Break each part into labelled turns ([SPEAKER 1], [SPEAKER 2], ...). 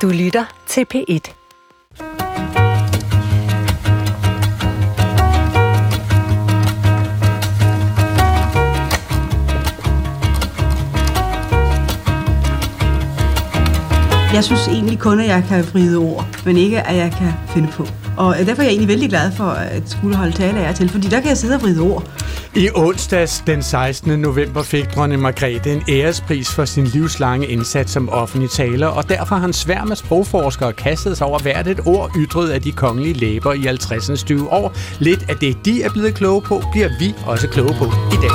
[SPEAKER 1] Du lytter til P1.
[SPEAKER 2] Jeg synes egentlig kun, at jeg kan vride ord, men ikke, at jeg kan finde på. Og derfor er jeg egentlig vældig glad for at skulle holde tale af jer til, fordi der kan jeg sidde og vride ord.
[SPEAKER 3] I onsdags den 16. november fik dronning Margrethe en ærespris for sin livslange indsats som offentlig taler, og derfor har en sværm af sprogforskere kastet sig over hvert et ord ytret af de kongelige læber i 50'ens 20 år. Lidt af det, de er blevet kloge på, bliver vi også kloge på i dag.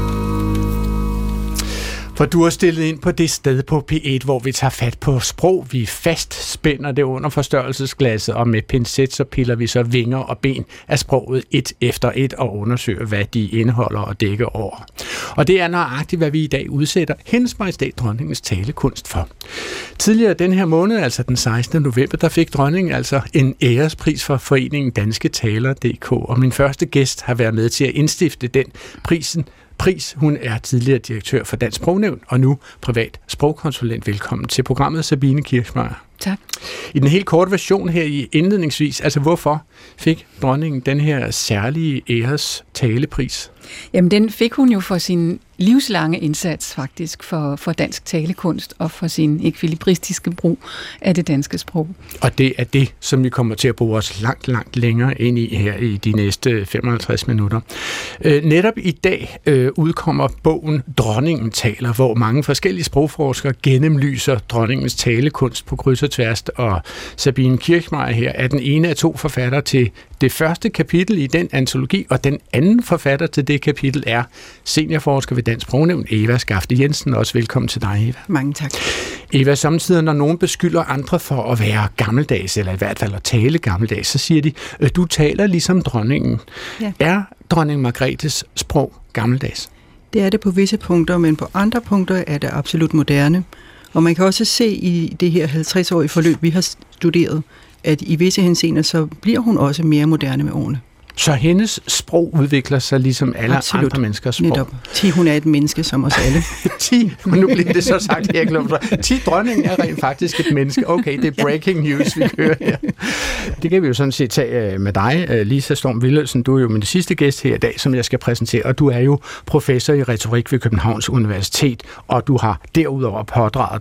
[SPEAKER 3] For du er stillet ind på det sted på P1, hvor vi tager fat på sprog. Vi fastspænder det under forstørrelsesglasset, og med pincet så piller vi så vinger og ben af sproget et efter et og undersøger, hvad de indeholder og dækker over. Og det er nøjagtigt, hvad vi i dag udsætter Hendes Majestæt Dronningens talekunst for. Tidligere den her måned, altså den 16. november, der fik dronningen altså en ærespris for foreningen Danske Taler.dk, og min første gæst har været med til at indstifte den pris. Hun er tidligere direktør for Dansk Sprognævn og nu privat sprogkonsulent. Velkommen til programmet, Sabine Kirchmeier.
[SPEAKER 4] Tak.
[SPEAKER 3] I den helt korte version her i indledningsvis, altså hvorfor fik dronningen den her særlige æres talepris?
[SPEAKER 4] Jamen den fik hun jo for sin livslange indsats faktisk for dansk talekunst og for sin ekvilibristiske brug af det danske sprog.
[SPEAKER 3] Og det er det, som vi kommer til at bruge os langt længere ind i her i de næste 55 minutter. Netop i dag udkommer bogen Dronningen taler, hvor mange forskellige sprogforskere gennemlyser dronningens talekunst på kryds og tværs, og Sabine Kirchmeier her er den ene af to forfattere til det første kapitel i den antologi, og den anden forfatter til det kapitel er seniorforsker ved Dansk Sprognævn, Eva Skafte Jensen. Også velkommen til dig, Eva.
[SPEAKER 2] Mange tak.
[SPEAKER 3] Eva, samtidig når nogen beskylder andre for at være gammeldags, eller i hvert fald at tale gammeldags, så siger de, du taler ligesom dronningen. Ja. Er dronning Margrethes sprog gammeldags?
[SPEAKER 2] Det er det på visse punkter, men på andre punkter er det absolut moderne. Og man kan også se i det her 50-årige forløb, vi har studeret, at i visse henseender, så bliver hun også mere moderne med årene.
[SPEAKER 3] Så hendes sprog udvikler sig ligesom alle andre menneskers sprog?
[SPEAKER 2] Netop. Hun er et menneske som os alle.
[SPEAKER 3] 10, nu bliver det så sagt, jeg glemmer det. 10 dronningen er rent faktisk et menneske. Okay, det er breaking news, vi kører her. Det kan vi jo sådan set tage med dig, Lisa Storm Vilhelmsen. Du er jo min sidste gæst her i dag, som jeg skal præsentere, og du er jo professor i retorik ved Københavns Universitet, og du har derudover påtaget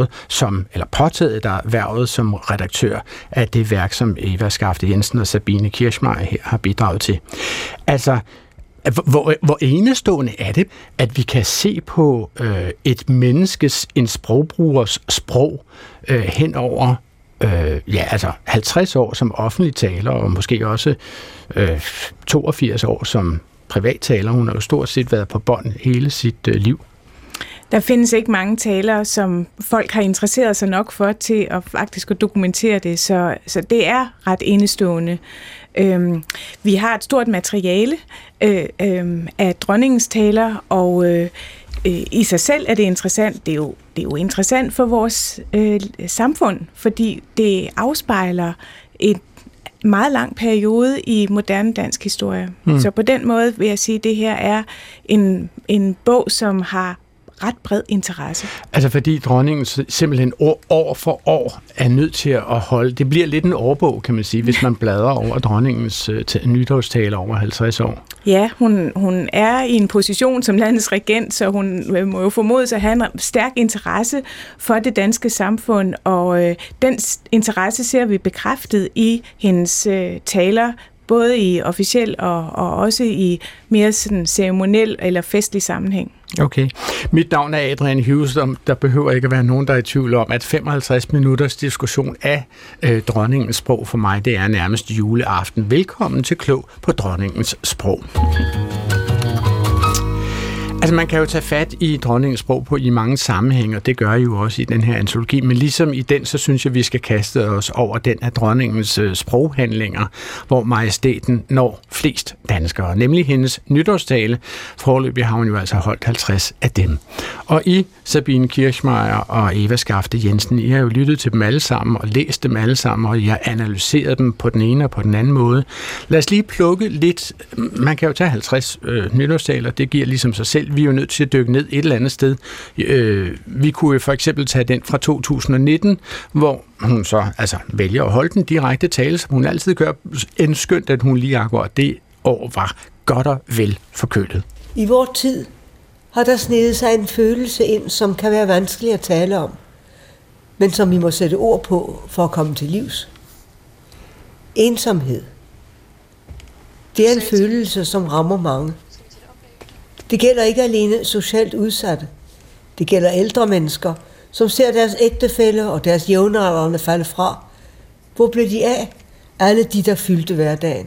[SPEAKER 3] dig hvervet som redaktør af det værk, som Eva Skafte Jensen og Sabine Kirchmeier her har bidraget til. Altså, hvor enestående er det, at vi kan se på et menneskes, en sprogbrugers sprog hen over 50 år som offentlig taler, og måske også 82 år som privattaler. Hun har jo stort set været på bånd hele sit liv.
[SPEAKER 5] Der findes ikke mange talere, som folk har interesseret sig nok for til at faktisk at dokumentere det, så det er ret enestående. Vi har et stort materiale af dronningens taler, og i sig selv er det interessant. Det er jo interessant for vores samfund, fordi det afspejler et meget lang periode i moderne dansk historie. Så på den måde vil jeg sige, at det her er en bog, som har ret bred interesse. Altså
[SPEAKER 3] fordi dronningen simpelthen år for år er nødt til at holde. Det bliver lidt en årbog, kan man sige, hvis man bladrer over dronningens nytårstale over 50 år.
[SPEAKER 5] Ja, hun er i en position som landets regent, så hun må jo formodes at have en stærk interesse for det danske samfund, og den interesse ser vi bekræftet i hendes taler, både i officiel og også i mere sådan ceremoniel eller festlig sammenhæng.
[SPEAKER 3] Okay. Mit navn er Adrian Hughes, og der behøver ikke at være nogen, der er i tvivl om, at 55 minutters diskussion af dronningens sprog for mig, det er nærmest juleaften. Velkommen til Klog på dronningens sprog. Altså man kan jo tage fat i dronningens sprog på i mange sammenhænge, og det gør I jo også i den her antologi, men ligesom i den, så synes jeg, vi skal kaste os over den af dronningens sproghandlinger, hvor majestæten når flest danskere, nemlig hendes nytårstale. Foreløbig har hun jo altså holdt 50 af dem. Og I, Sabine Kirchmeier og Eva Skafte Jensen, I har jo lyttet til dem alle sammen og læst dem alle sammen, og I har analyseret dem på den ene og på den anden måde. Lad os lige plukke lidt. Man kan jo tage 50 nytårstaler, det giver ligesom sig selv speciel. Vi er jo nødt til at dykke ned et eller andet sted. Vi kunne jo for eksempel tage den fra 2019, hvor hun så vælger at holde den direkte tale, som hun altid gør, end skønt, at hun lige akkurat det år var godt og vel forkølet.
[SPEAKER 1] I vor tid har der snedet sig en følelse ind, som kan være vanskelig at tale om, men som vi må sætte ord på for at komme til livs. Ensomhed. Det er en følelse, som rammer mange. Det gælder ikke alene socialt udsatte. Det gælder ældre mennesker, som ser deres ægtefælle og deres jævnaldrende falde fra. Hvor blev de af? Alle de, der fyldte hverdagen.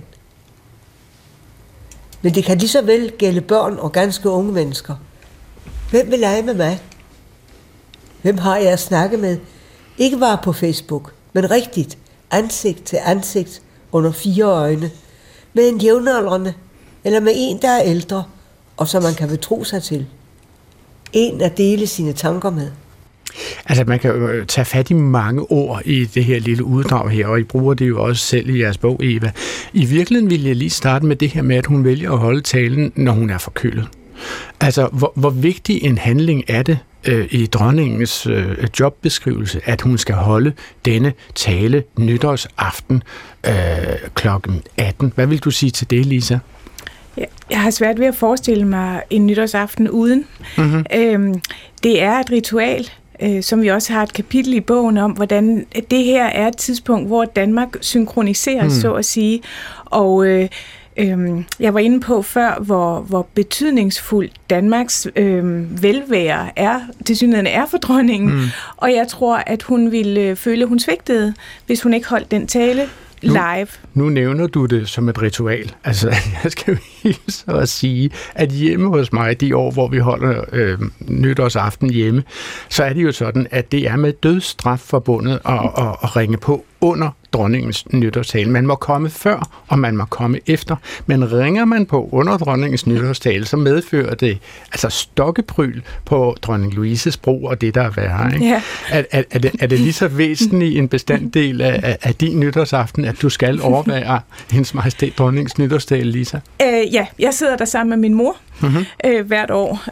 [SPEAKER 1] Men det kan lige så vel gælde børn og ganske unge mennesker. Hvem vil lege med mig? Hvem har jeg at snakke med? Ikke bare på Facebook, men rigtigt, ansigt til ansigt, under 4 øjne. Med en jævnaldrende, eller med en, der er ældre, og som man kan betro sig til. En at dele sine tanker med.
[SPEAKER 3] Altså, man kan jo tage fat i mange ord i det her lille uddrag her, og I bruger det jo også selv i jeres bog, Eva. I virkeligheden vil jeg lige starte med det her med, at hun vælger at holde talen, når hun er forkølet. Altså, hvor vigtig en handling er det i dronningens jobbeskrivelse, at hun skal holde denne tale nytårsaften klokken 18. Hvad vil du sige til det, Lisa?
[SPEAKER 5] Jeg har svært ved at forestille mig en nytårsaften uden. Mm-hmm. Det er et ritual, som vi også har et kapitel i bogen om, hvordan det her er et tidspunkt, hvor Danmark synkroniseres, så at sige. Og jeg var inde på før, hvor betydningsfuldt Danmarks velvære tilsyneladende er for dronningen. Og jeg tror, at hun ville føle, at hun svigtede, hvis hun ikke holdt den tale live.
[SPEAKER 3] Nu nævner du det som et ritual. Altså, jeg skal jo hilse at sige, at hjemme hos mig, de år, hvor vi holder nytårsaften hjemme, så er det jo sådan, at det er med dødsstraf forbundet at ringe på under dronningens nytårstale. Man må komme før, og man må komme efter. Men ringer man på under dronningens nytårstale, så medfører det altså stokkepryl på dronning Louises bro og det, der er værre. Ikke? Ja. Er det lige så væsentligt en bestanddel af din nytårsaften, at du skal overvære hendes majestæt dronningens nytårstale, Lisa?
[SPEAKER 5] Ja, jeg sidder der sammen med min mor hvert år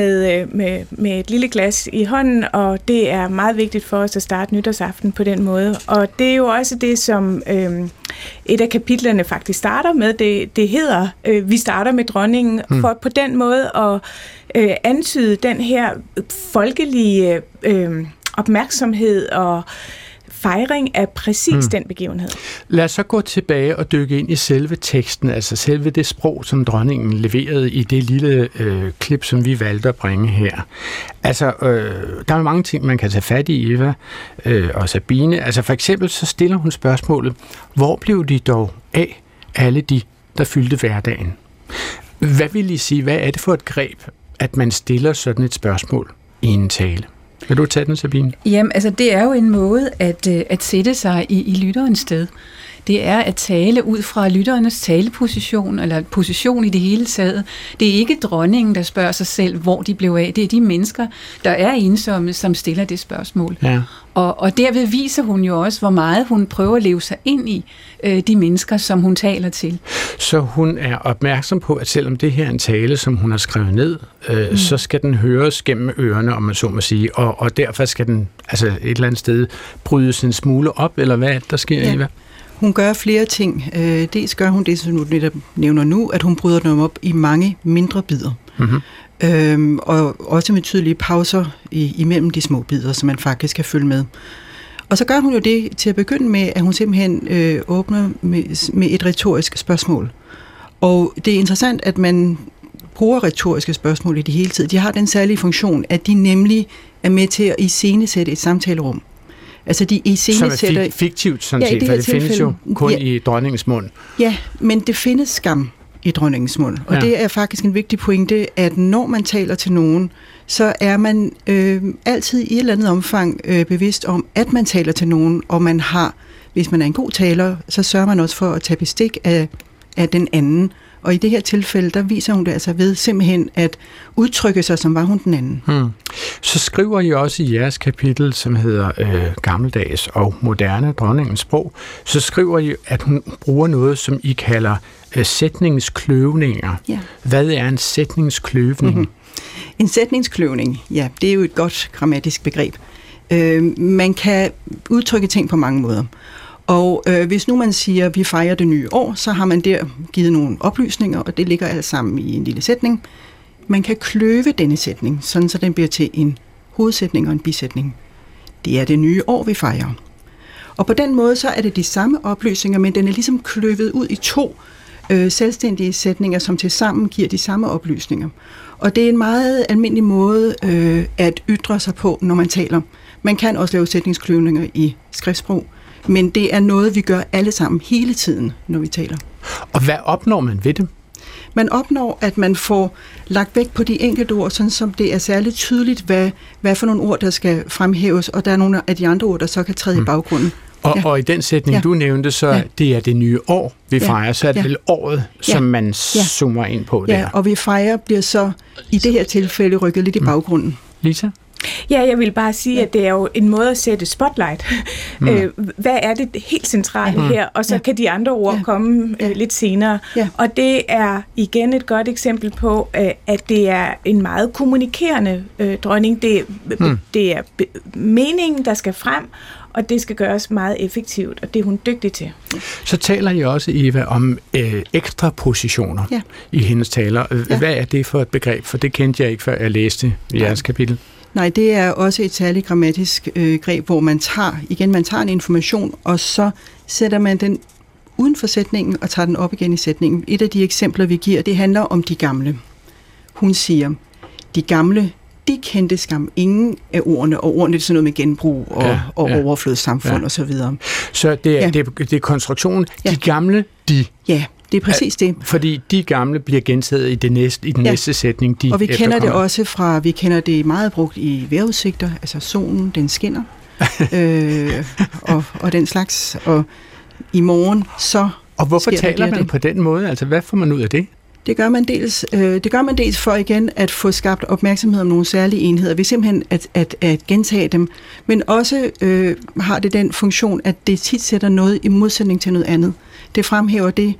[SPEAKER 5] med et lille glas i hånden, og det er meget vigtigt for os at starte nytårsaften på den måde. Og det er jo også det, som et af kapitlerne faktisk starter med. Det hedder, vi starter med dronningen, for på den måde at antyde den her folkelige opmærksomhed og fejring af præcis den begivenhed.
[SPEAKER 3] Lad os så gå tilbage og dykke ind i selve teksten, altså selve det sprog, som dronningen leverede i det lille klip, som vi valgte at bringe her. Altså, der er mange ting, man kan tage fat i, Eva og Sabine. Altså for eksempel så stiller hun spørgsmålet, hvor blev de dog af, alle de, der fyldte hverdagen? Hvad vil I sige, hvad er det for et greb, at man stiller sådan et spørgsmål i en tale? Vil du tage den, Sabine?
[SPEAKER 4] Jamen, altså det er jo en måde at sætte sig i lytterens sted. Det er at tale ud fra lytternes taleposition, eller position i det hele taget. Det er ikke dronningen, der spørger sig selv, hvor de blev af. Det er de mennesker, der er ensomme, som stiller det spørgsmål. Ja. Og derved viser hun jo også, hvor meget hun prøver at leve sig ind i de mennesker, som hun taler til.
[SPEAKER 3] Så hun er opmærksom på, at selvom det her er en tale, som hun har skrevet ned, så skal den høres gennem ørerne, om man så må sige, og derfor skal den altså et eller andet sted brydes en smule op, eller hvad der sker, Eva?
[SPEAKER 2] Hun gør flere ting. Dels gør hun det, som du netop nævner nu, at hun bryder dem op i mange mindre bidder. Mm-hmm. Og også med tydelige pauser imellem de små bidder, så man faktisk kan følge med. Og så gør hun jo det til at begynde med, at hun simpelthen åbner med et retorisk spørgsmål. Og det er interessant, at man bruger retoriske spørgsmål i det hele tiden. De har den særlige funktion, at de nemlig er med til at iscenesætte et samtalerum. Altså de iscenesætter...
[SPEAKER 3] Som er fiktivt, sådan set, for det findes jo kun i dronningens mund.
[SPEAKER 2] Ja, men det findes skam i dronningens mund. Og det er faktisk en vigtig pointe, at når man taler til nogen, så er man altid i et eller andet omfang bevidst om, at man taler til nogen, og man har, hvis man er en god taler, så sørger man også for at tage bestik af den anden. Og i det her tilfælde, der viser hun det altså ved simpelthen at udtrykke sig, som var hun den anden.
[SPEAKER 3] Så skriver I også i jeres kapitel, som hedder Gammeldags og moderne dronningens sprog, så skriver I, at hun bruger noget, som I kalder sætningskløvninger. Ja. Hvad er en sætningskløvning?
[SPEAKER 2] En sætningskløvning, ja, det er jo et godt grammatisk begreb. Man kan udtrykke ting på mange måder. Og hvis nu man siger, at vi fejrer det nye år, så har man der givet nogle oplysninger, og det ligger alt sammen i en lille sætning. Man kan kløve denne sætning, sådan så den bliver til en hovedsætning og en bisætning. Det er det nye år, vi fejrer. Og på den måde, så er det de samme oplysninger, men den er ligesom kløvet ud i 2 selvstændige sætninger, som tilsammen giver de samme oplysninger. Og det er en meget almindelig måde at ytre sig på, når man taler. Man kan også lave sætningskløvninger i skriftsprog, men det er noget, vi gør alle sammen hele tiden, når vi taler.
[SPEAKER 3] Og hvad opnår man ved det?
[SPEAKER 2] Man opnår, at man får lagt vægt på de enkelte ord, sådan som det er særligt tydeligt, hvad for nogle ord, der skal fremhæves, og der er nogle af de andre ord, der så kan træde i baggrunden.
[SPEAKER 3] Og i den sætning, du nævnte, så det er det nye år, vi fejrer, så er det vel året, som man zoomer ind på der.
[SPEAKER 2] Ja, og vi fejrer bliver så i det her tilfælde rykket lidt i baggrunden.
[SPEAKER 3] Lisa?
[SPEAKER 5] Ja, jeg vil bare sige, at det er jo en måde at sætte spotlight. Hvad er det helt centrale her? Og så kan de andre ord komme lidt senere. Og det er igen et godt eksempel på, at det er en meget kommunikerende dronning. Det er meningen, der skal frem, og det skal gøres meget effektivt, og det er hun dygtig til.
[SPEAKER 3] Så taler I også, Eva, om ekstra positioner i hendes taler. Hvad er det for et begreb? For det kendte jeg ikke, før jeg læste i jeres kapitel.
[SPEAKER 2] Nej, det er også et særligt grammatisk greb, hvor man tager en information, og så sætter man den uden for sætningen og tager den op igen i sætningen. Et af de eksempler, vi giver, det handler om de gamle. Hun siger, de gamle, de kendte skam ingen af ordene, og ordene er sådan noget med genbrug og overflodssamfund og så videre.
[SPEAKER 3] Så det er konstruktionen. De gamle, de...
[SPEAKER 2] Ja, det er præcis det.
[SPEAKER 3] Fordi de gamle bliver gentaget i den næste sætning,
[SPEAKER 2] og vi kender det også vi kender det meget brugt i vejrudsigter, altså solen, den skinner, og den slags, og i morgen, så
[SPEAKER 3] og hvorfor taler man på den måde? Altså, hvad får man ud af det?
[SPEAKER 2] Det gør man dels for igen at få skabt opmærksomhed om nogle særlige enheder, ved simpelthen at gentage dem, men også har det den funktion, at det tit sætter noget i modsætning til noget andet. Det fremhæver det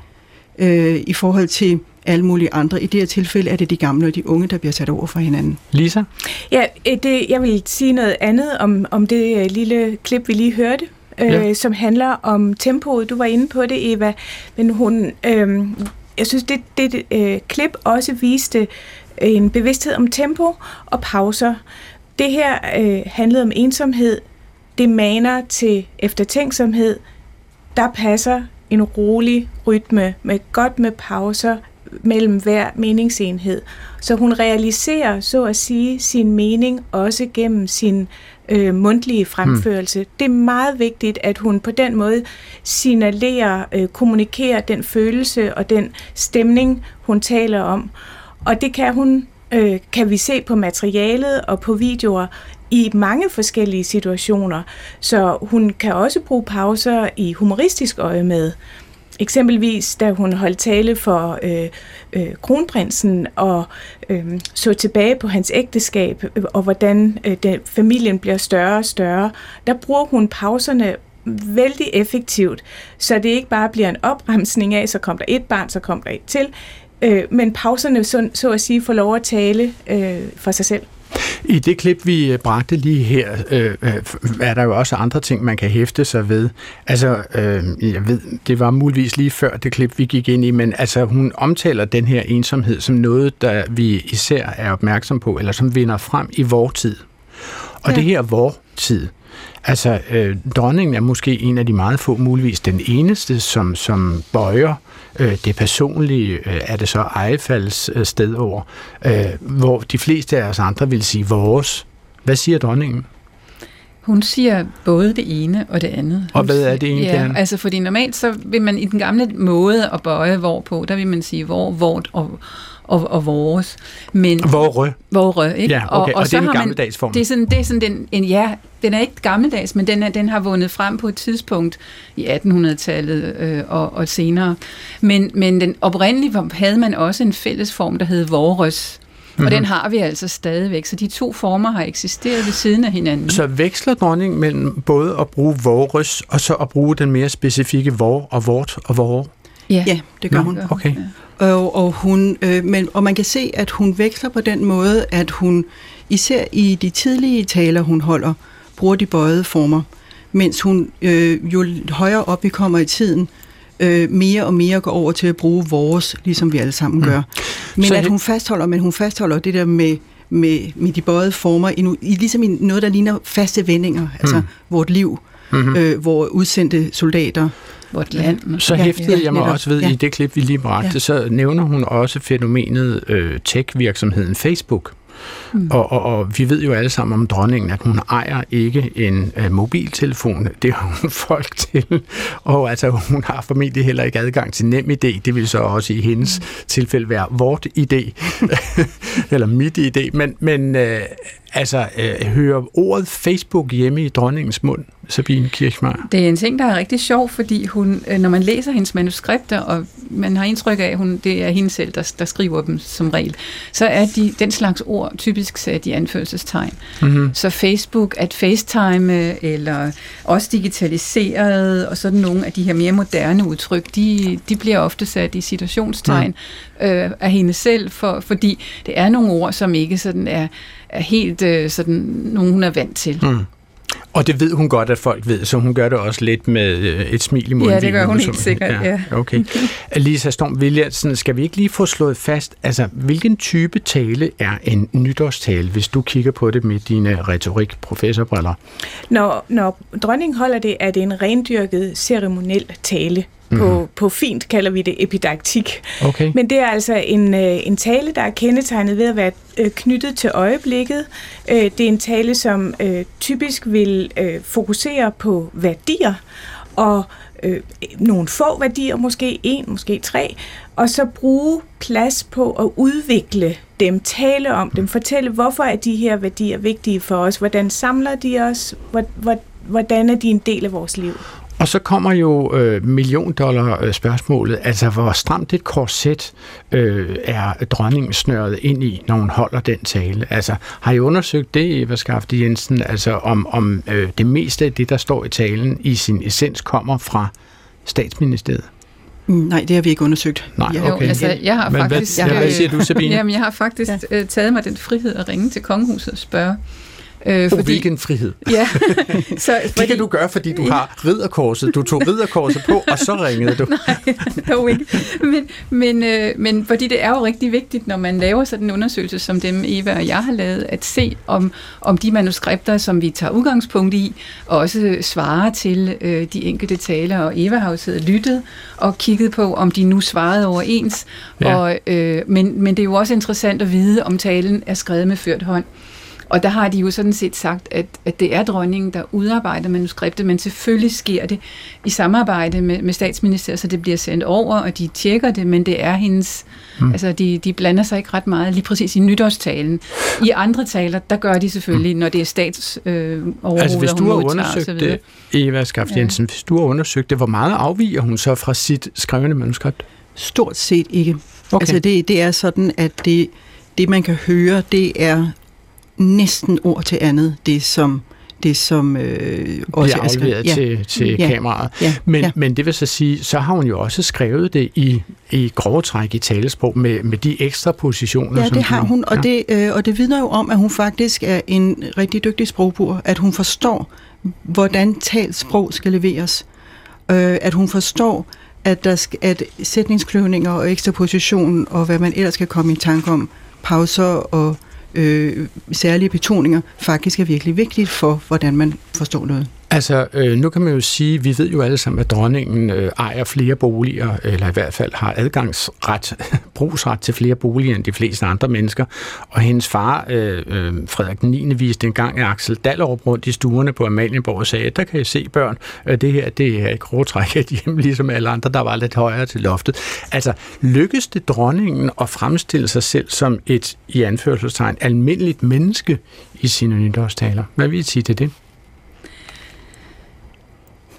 [SPEAKER 2] i forhold til alle mulige andre. I det her tilfælde er det de gamle og de unge, der bliver sat over for hinanden.
[SPEAKER 3] Lisa?
[SPEAKER 5] Ja, jeg vil sige noget andet om det lille klip, vi lige hørte, som handler om tempoet. Du var inde på det, Eva, men hun... Jeg synes, det klip også viste en bevidsthed om tempo og pauser. Det her handlede om ensomhed. Det maner til eftertænksomhed. Der passer en rolig rytme med pauser mellem hver meningsenhed. Så hun realiserer, så at sige, sin mening også gennem sin mundtlige fremførelse. Det er meget vigtigt, at hun på den måde signalerer, kommunikerer den følelse og den stemning, hun taler om. Og det kan vi se på materialet og på videoer i mange forskellige situationer. Så hun kan også bruge pauser i humoristisk øjemed. Eksempelvis, da hun holdt tale for kronprinsen og så tilbage på hans ægteskab, og hvordan familien bliver større og større, der bruger hun pauserne vældig effektivt, så det ikke bare bliver en opremsning af, så kom der et barn, så kom der et til, men pauserne så at sige får lov at tale for sig selv.
[SPEAKER 3] I det klip, vi bragte lige her, er der jo også andre ting, man kan hæfte sig ved. Altså, jeg ved, det var muligvis lige før det klip, vi gik ind i, men altså, hun omtaler den her ensomhed som noget, der vi især er opmærksom på, eller som vinder frem i vor tid. Og det her vor tid, altså, dronningen er måske en af de meget få, muligvis den eneste, som bøjer det personlige, er det så Ejefalds stedord, hvor de fleste af os andre vil sige vores. Hvad siger dronningen?
[SPEAKER 4] Hun siger både det ene og det andet.
[SPEAKER 3] Og hvad er det egentlig?
[SPEAKER 4] Ja, altså fordi normalt så vil man i den gamle måde at bøje hvor på, der vil man sige hvor, vort og vores. Men vorre, ikke?
[SPEAKER 3] Ja, okay. Og det er en gammeldags form.
[SPEAKER 4] Det er sådan den er ikke gammeldags, men den har vundet frem på et tidspunkt i 1800-tallet og senere. Men den oprindelige havde man også en fælles form, der hed vores. Og den har vi altså stadigvæk. Så de to former har eksisteret ved siden af hinanden.
[SPEAKER 3] Så veksler dronningen mellem både at bruge vores, og så at bruge den mere specifikke vor og vort og vore?
[SPEAKER 2] Ja, det gør hun.
[SPEAKER 3] Okay.
[SPEAKER 2] Og hun, og man kan se, at hun veksler på den måde, at hun især i de tidlige taler, hun holder, bruger de bøjede former, mens hun jo højere op vi kommer i tiden, mere og mere går over til at bruge vores, ligesom vi alle sammen gør. Men at hun fastholder det der med de bøjede former, ligesom i noget, der ligner faste vendinger, altså vort liv, hvor udsendte soldater.
[SPEAKER 4] Vort land.
[SPEAKER 3] Så hæftede jeg mig også ved, i det klip, vi lige bragte, så nævner hun også fænomenet tech-virksomheden Facebook. Og vi ved jo alle sammen om dronningen, at hun ejer ikke en mobiltelefon. Det har hun folk til. Og altså, hun har formentlig heller ikke adgang til NemID. Det vil så også i hendes tilfælde være vort ID. Eller mit ID. Men hører ordet Facebook hjemme i dronningens mund, Sabine Kirchmeier?
[SPEAKER 4] Det er en ting, der er rigtig sjov, fordi hun, når man læser hendes manuskripter, og man har indtryk af, at det er hende selv, der skriver dem som regel, så er den slags ord typisk sat i anførselstegn. Mm-hmm. Så Facebook, at FaceTime, eller også digitaliseret, og sådan nogle af de her mere moderne udtryk, de bliver ofte sat i citationstegn af hende selv, fordi det er nogle ord, som ikke sådan er helt sådan nogen, hun er vant til. Mm.
[SPEAKER 3] Og det ved hun godt, at folk ved, så hun gør det også lidt med et smil i munden.
[SPEAKER 4] Ja, det gør hun helt sikkert, ja.
[SPEAKER 3] Okay. Lisa Storm Williamsen, skal vi ikke lige få slået fast, altså hvilken type tale er en nytårstale, hvis du kigger på det med dine retorik-professorbriller?
[SPEAKER 5] Når dronningen holder det, er det en rendyrket ceremoniel tale. På fint kalder vi det epidaktik. Okay. Men det er altså en tale, der er kendetegnet ved at være knyttet til øjeblikket. Det er en tale, som typisk vil fokusere på værdier, og nogle få værdier, måske 1, måske 3, og så bruge plads på at udvikle dem, tale om dem, fortælle, hvorfor er de her værdier vigtige for os, hvordan samler de os, hvordan er de en del af vores liv.
[SPEAKER 3] Og så kommer jo million-dollar-spørgsmålet, altså hvor stramt et korset er dronningen snøret ind i, når hun holder den tale. Altså har I undersøgt det, Eva Skafte Jensen, altså om det meste af det, der står i talen, i sin essens kommer fra Statsministeriet?
[SPEAKER 2] Nej, det har vi ikke undersøgt.
[SPEAKER 3] Nej, okay.
[SPEAKER 4] Jo, altså, jeg har faktisk,
[SPEAKER 3] hvad siger du, Sabine?
[SPEAKER 4] Jamen, jeg har faktisk taget mig den frihed at ringe til kongehuset og spørge.
[SPEAKER 3] Hvilken frihed?
[SPEAKER 4] Ja.
[SPEAKER 3] Det kan du gøre, fordi du har ridderkorset. Du tog ridderkorset på, og så ringede du.
[SPEAKER 4] Nej, jo ikke. Men fordi det er jo rigtig vigtigt, når man laver sådan en undersøgelse, som dem Eva og jeg har lavet, at se om de manuskripter, som vi tager udgangspunkt i, også svarer til de enkelte taler. Og Eva har jo siddet og lyttet og kigget på, om de nu svarede overens. Ja. Men det er jo også interessant at vide, om talen er skrevet med ført hånd. Og der har de jo sådan set sagt, at det er dronningen, der udarbejder manuskriptet, men selvfølgelig sker det i samarbejde med Statsministeriet, så det bliver sendt over, og de tjekker det, men det er hendes, altså de blander sig ikke ret meget, lige præcis i nytårstalen. I andre taler, der gør de selvfølgelig, når det er statsoverhovedet,
[SPEAKER 3] altså hvis du har undersøgt det, Eva Skafte Jensen, hvis du har undersøgt det, hvor meget afviger hun så fra sit skrevne manuskript?
[SPEAKER 2] Stort set ikke. Okay. Altså det er sådan, at det man kan høre, det er næsten ord til andet, det som også
[SPEAKER 3] bliver afleveret til kameraet. Ja. Men det vil så sige, så har hun jo også skrevet det i grove træk i talesprog med de ekstra positioner.
[SPEAKER 2] Ja, det har hun, og det vidner jo om, at hun faktisk er en rigtig dygtig sprogbruger, at hun forstår, hvordan talt sprog skal leveres, at hun forstår, at sætningskløvninger og ekstra position, og hvad man ellers skal komme i tanke om, pauser og særlige betoninger, faktisk er virkelig vigtigt for, hvordan man forstår noget.
[SPEAKER 3] Altså, nu kan man jo sige, vi ved jo alle sammen, at dronningen ejer flere boliger, eller i hvert fald har brugsret til flere boliger end de fleste andre mennesker. Og hendes far, Frederik 9. viste engang Axel Dahlerup rundt i stuerne på Amalienborg og sagde, der kan I se børn, det her, det er ikke råtræk af hjem, ligesom alle andre, der var lidt højere til loftet. Altså, lykkedes det dronningen at fremstille sig selv som et, i anførselstegn, almindeligt menneske i sine nytårstaler? Hvad vil I sige til det?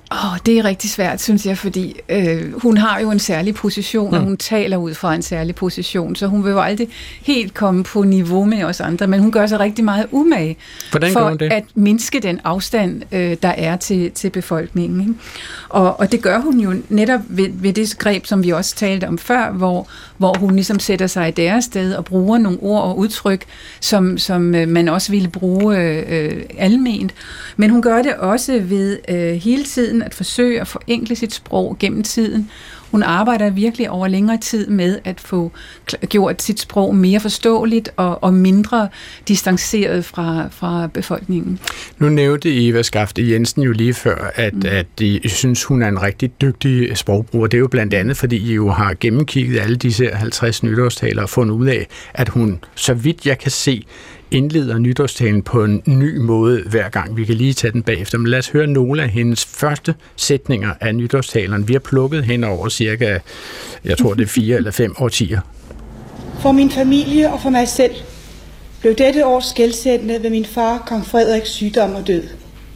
[SPEAKER 4] Det er rigtig svært, synes jeg, fordi hun har jo en særlig position, og hun taler ud fra en særlig position, så hun vil jo aldrig helt komme på niveau med os andre, men hun gør sig rigtig meget umage for at mindske den afstand, der er til befolkningen. Ikke? Og det gør hun jo netop ved det greb, som vi også talte om før, hvor hun ligesom sætter sig i deres sted og bruger nogle ord og udtryk, som man også ville bruge alment. Men hun gør det også ved hele tiden at forsøge at forenkle sit sprog gennem tiden. Hun arbejder virkelig over længere tid med at få gjort sit sprog mere forståeligt og mindre distanceret fra befolkningen.
[SPEAKER 3] Nu nævnte Eva Skafte Jensen jo lige før, at de synes, hun er en rigtig dygtig sprogbruger. Det er jo blandt andet, fordi I jo har gennemkigget alle disse 50 nytårstaler og fundet ud af, at hun, så vidt jeg kan se, indleder nytårstalen på en ny måde hver gang. Vi kan lige tage den bagefter, men lad os høre nogle af hendes første sætninger af nytårstaleren. Vi har plukket hende over cirka, jeg tror det er 4 eller 5 årtier.
[SPEAKER 6] For min familie og for mig selv blev dette år skelsættende ved min far, kong Frederiks sygdom og død.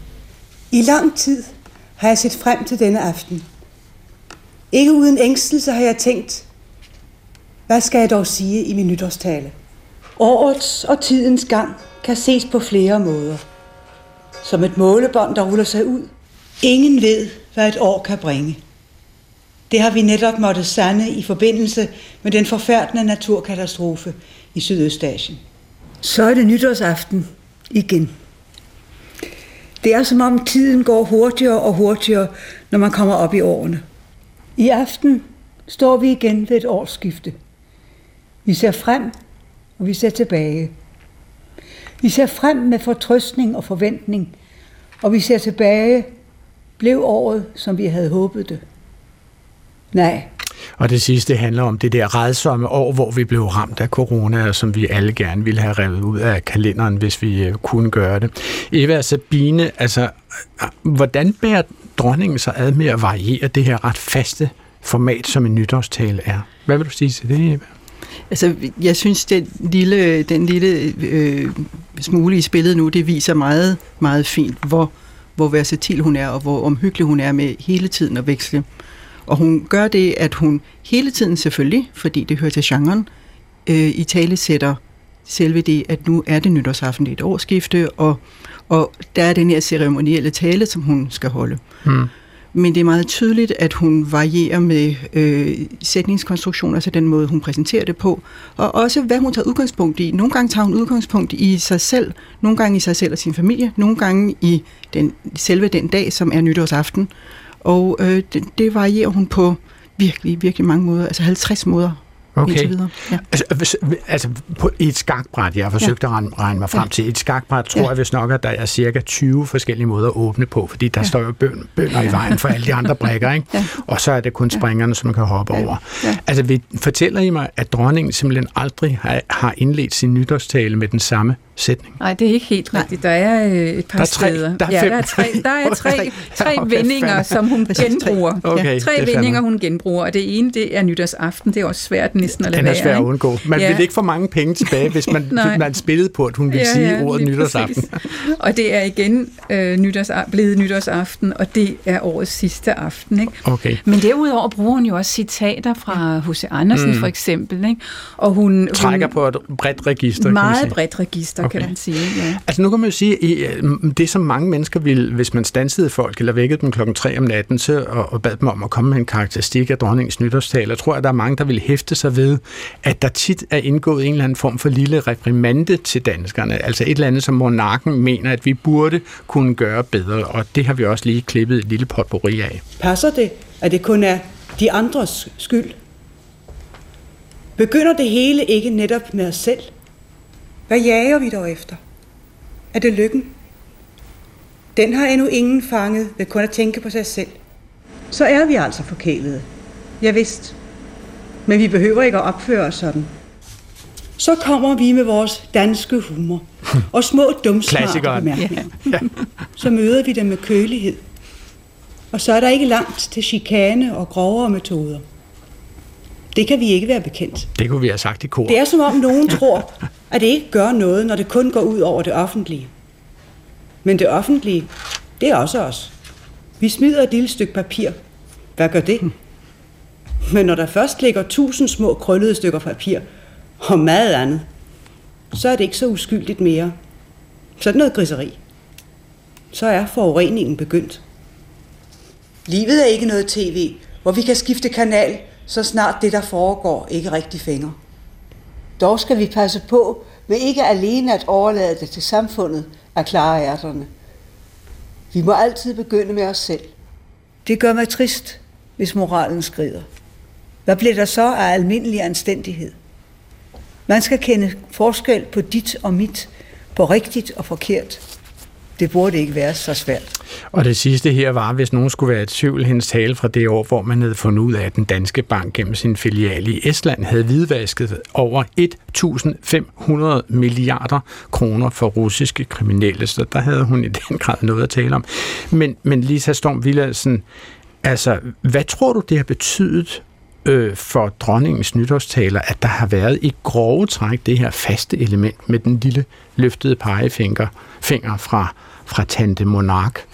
[SPEAKER 6] I lang tid har jeg set frem til denne aften. Ikke uden ængstelse har jeg tænkt, hvad skal jeg dog sige i min nytårstale? Årets og tidens gang kan ses på flere måder. Som et målebånd, der ruller sig ud. Ingen ved, hvad et år kan bringe. Det har vi netop måttet sande i forbindelse med den forfærdende naturkatastrofe i Sydøstasien. Så er det nytårsaften igen. Det er som om tiden går hurtigere og hurtigere, når man kommer op i årene. I aften står vi igen ved et årsskifte. Vi ser frem, og vi ser tilbage. Vi ser frem med fortrøstning og forventning, og vi ser tilbage. Blev året, som vi havde håbet det? Nej.
[SPEAKER 3] Og det sidste handler om det der rædsomme år, hvor vi blev ramt af corona, som vi alle gerne ville have revet ud af kalenderen, hvis vi kunne gøre det. Eva Sabine, altså, hvordan bærer dronningen sig ad med at variere det her ret faste format, som en nytårstale er? Hvad vil du sige til det, Eva?
[SPEAKER 2] Altså, jeg synes, den lille smule i spillet nu, det viser meget, meget fint, hvor versatil hun er, og hvor omhyggelig hun er med hele tiden at veksle. Og hun gør det, at hun hele tiden selvfølgelig, fordi det hører til genren, i tale sætter selve det, at nu er det nytårsaften, det er et årsskifte, og der er den her ceremonielle tale, som hun skal holde. Men det er meget tydeligt, at hun varierer med sætningskonstruktioner, altså den måde, hun præsenterer det på, og også hvad hun tager udgangspunkt i. Nogle gange tager hun udgangspunkt i sig selv, nogle gange i sig selv og sin familie, nogle gange i selve den dag, som er nytårsaften. Og det varierer hun på virkelig, virkelig mange måder, altså 50 måder. Okay. Ja.
[SPEAKER 3] Altså på et skakbræt, jeg har forsøgt at regne mig frem til, et skakbræt tror jeg vist nok, at der er cirka 20 forskellige måder at åbne på, fordi der står jo bønder i vejen for alle de andre brækker, ikke? Og så er det kun springerne, som man kan hoppe over. Altså fortæller I mig, at dronningen simpelthen aldrig har indledt sin nytårstale med den samme sætning?
[SPEAKER 4] Nej, det er ikke helt rigtigt. Der er et par steder. Der er tre vendinger, som hun genbruger.
[SPEAKER 3] Okay,
[SPEAKER 4] tre vendinger, hun genbruger, og det ene, det er nytårsaften. Det er også svært næsten at lade være.
[SPEAKER 3] Den er svær at undgå. Man vil ikke få mange penge tilbage, hvis man spillede på, at hun ville sige ordet nytårsaften.
[SPEAKER 4] Og det er igen blevet nytårsaften, og det er årets sidste aften. Ikke?
[SPEAKER 3] Okay.
[SPEAKER 4] Men derudover bruger hun jo også citater fra H.C. Andersen, for eksempel. Ikke? Og hun
[SPEAKER 3] trækker på et bredt register,
[SPEAKER 4] meget bredt register, kan man sige. Ja.
[SPEAKER 3] Altså nu kan man jo sige, det som mange mennesker ville, hvis man standsede folk eller vækkede dem 3:00 om natten og bad dem om at komme med en karakteristik af dronningens nytårstale, jeg tror, at der er mange, der vil hæfte sig ved, at der tit er indgået en eller anden form for lille reprimande til danskerne. Altså et eller andet, som monarken mener, at vi burde kunne gøre bedre, og det har vi også lige klippet et lille potpourri af.
[SPEAKER 6] Passer det, at det kun er de andres skyld? Begynder det hele ikke netop med os selv? Hvad jager vi dog efter? Er det lykken? Den har endnu ingen fanget ved kun at tænke på sig selv. Så er vi altså forkælede. Ja vist. Men vi behøver ikke at opføre os sådan. Så kommer vi med vores danske humor og små dumsmarte bemærkninger. Ja. Så møder vi dem med kølighed. Og så er der ikke langt til chikane og grovere metoder. Det kan vi ikke være bekendt.
[SPEAKER 3] Det kunne vi have sagt i kor.
[SPEAKER 6] Det er som om nogen tror, at det ikke gør noget, når det kun går ud over det offentlige. Men det offentlige, det er også os. Vi smider et lille stykke papir. Hvad gør det? Men når der først ligger 1000 små krøllede stykker papir og meget andet, så er det ikke så uskyldigt mere. Så er det noget griseri. Så er forureningen begyndt. Livet er ikke noget tv, hvor vi kan skifte kanal, så snart det, der foregår, ikke rigtig fænger.
[SPEAKER 1] Dog skal vi passe på med ikke alene at overlade det til samfundet at klare ærterne. Vi må altid begynde med os selv. Det gør mig trist, hvis moralen skrider. Hvad bliver der så af almindelig anstændighed? Man skal kende forskel på dit og mit, på rigtigt og forkert. Det burde ikke være så svært.
[SPEAKER 3] Og det sidste her var, hvis nogen skulle være i tvivl, hendes tale fra det år, hvor man havde fundet ud af, at den danske bank gennem sin filial i Estland havde hvidvasket over 1.500 milliarder kroner for russiske kriminelle. Så der havde hun i den grad noget at tale om. Men Lisa Storm Villadsen, altså, hvad tror du, det har betydet for dronningens nytårstaler, at der har været i grove træk det her faste element med den lille løftede pegefinger fra tante monark?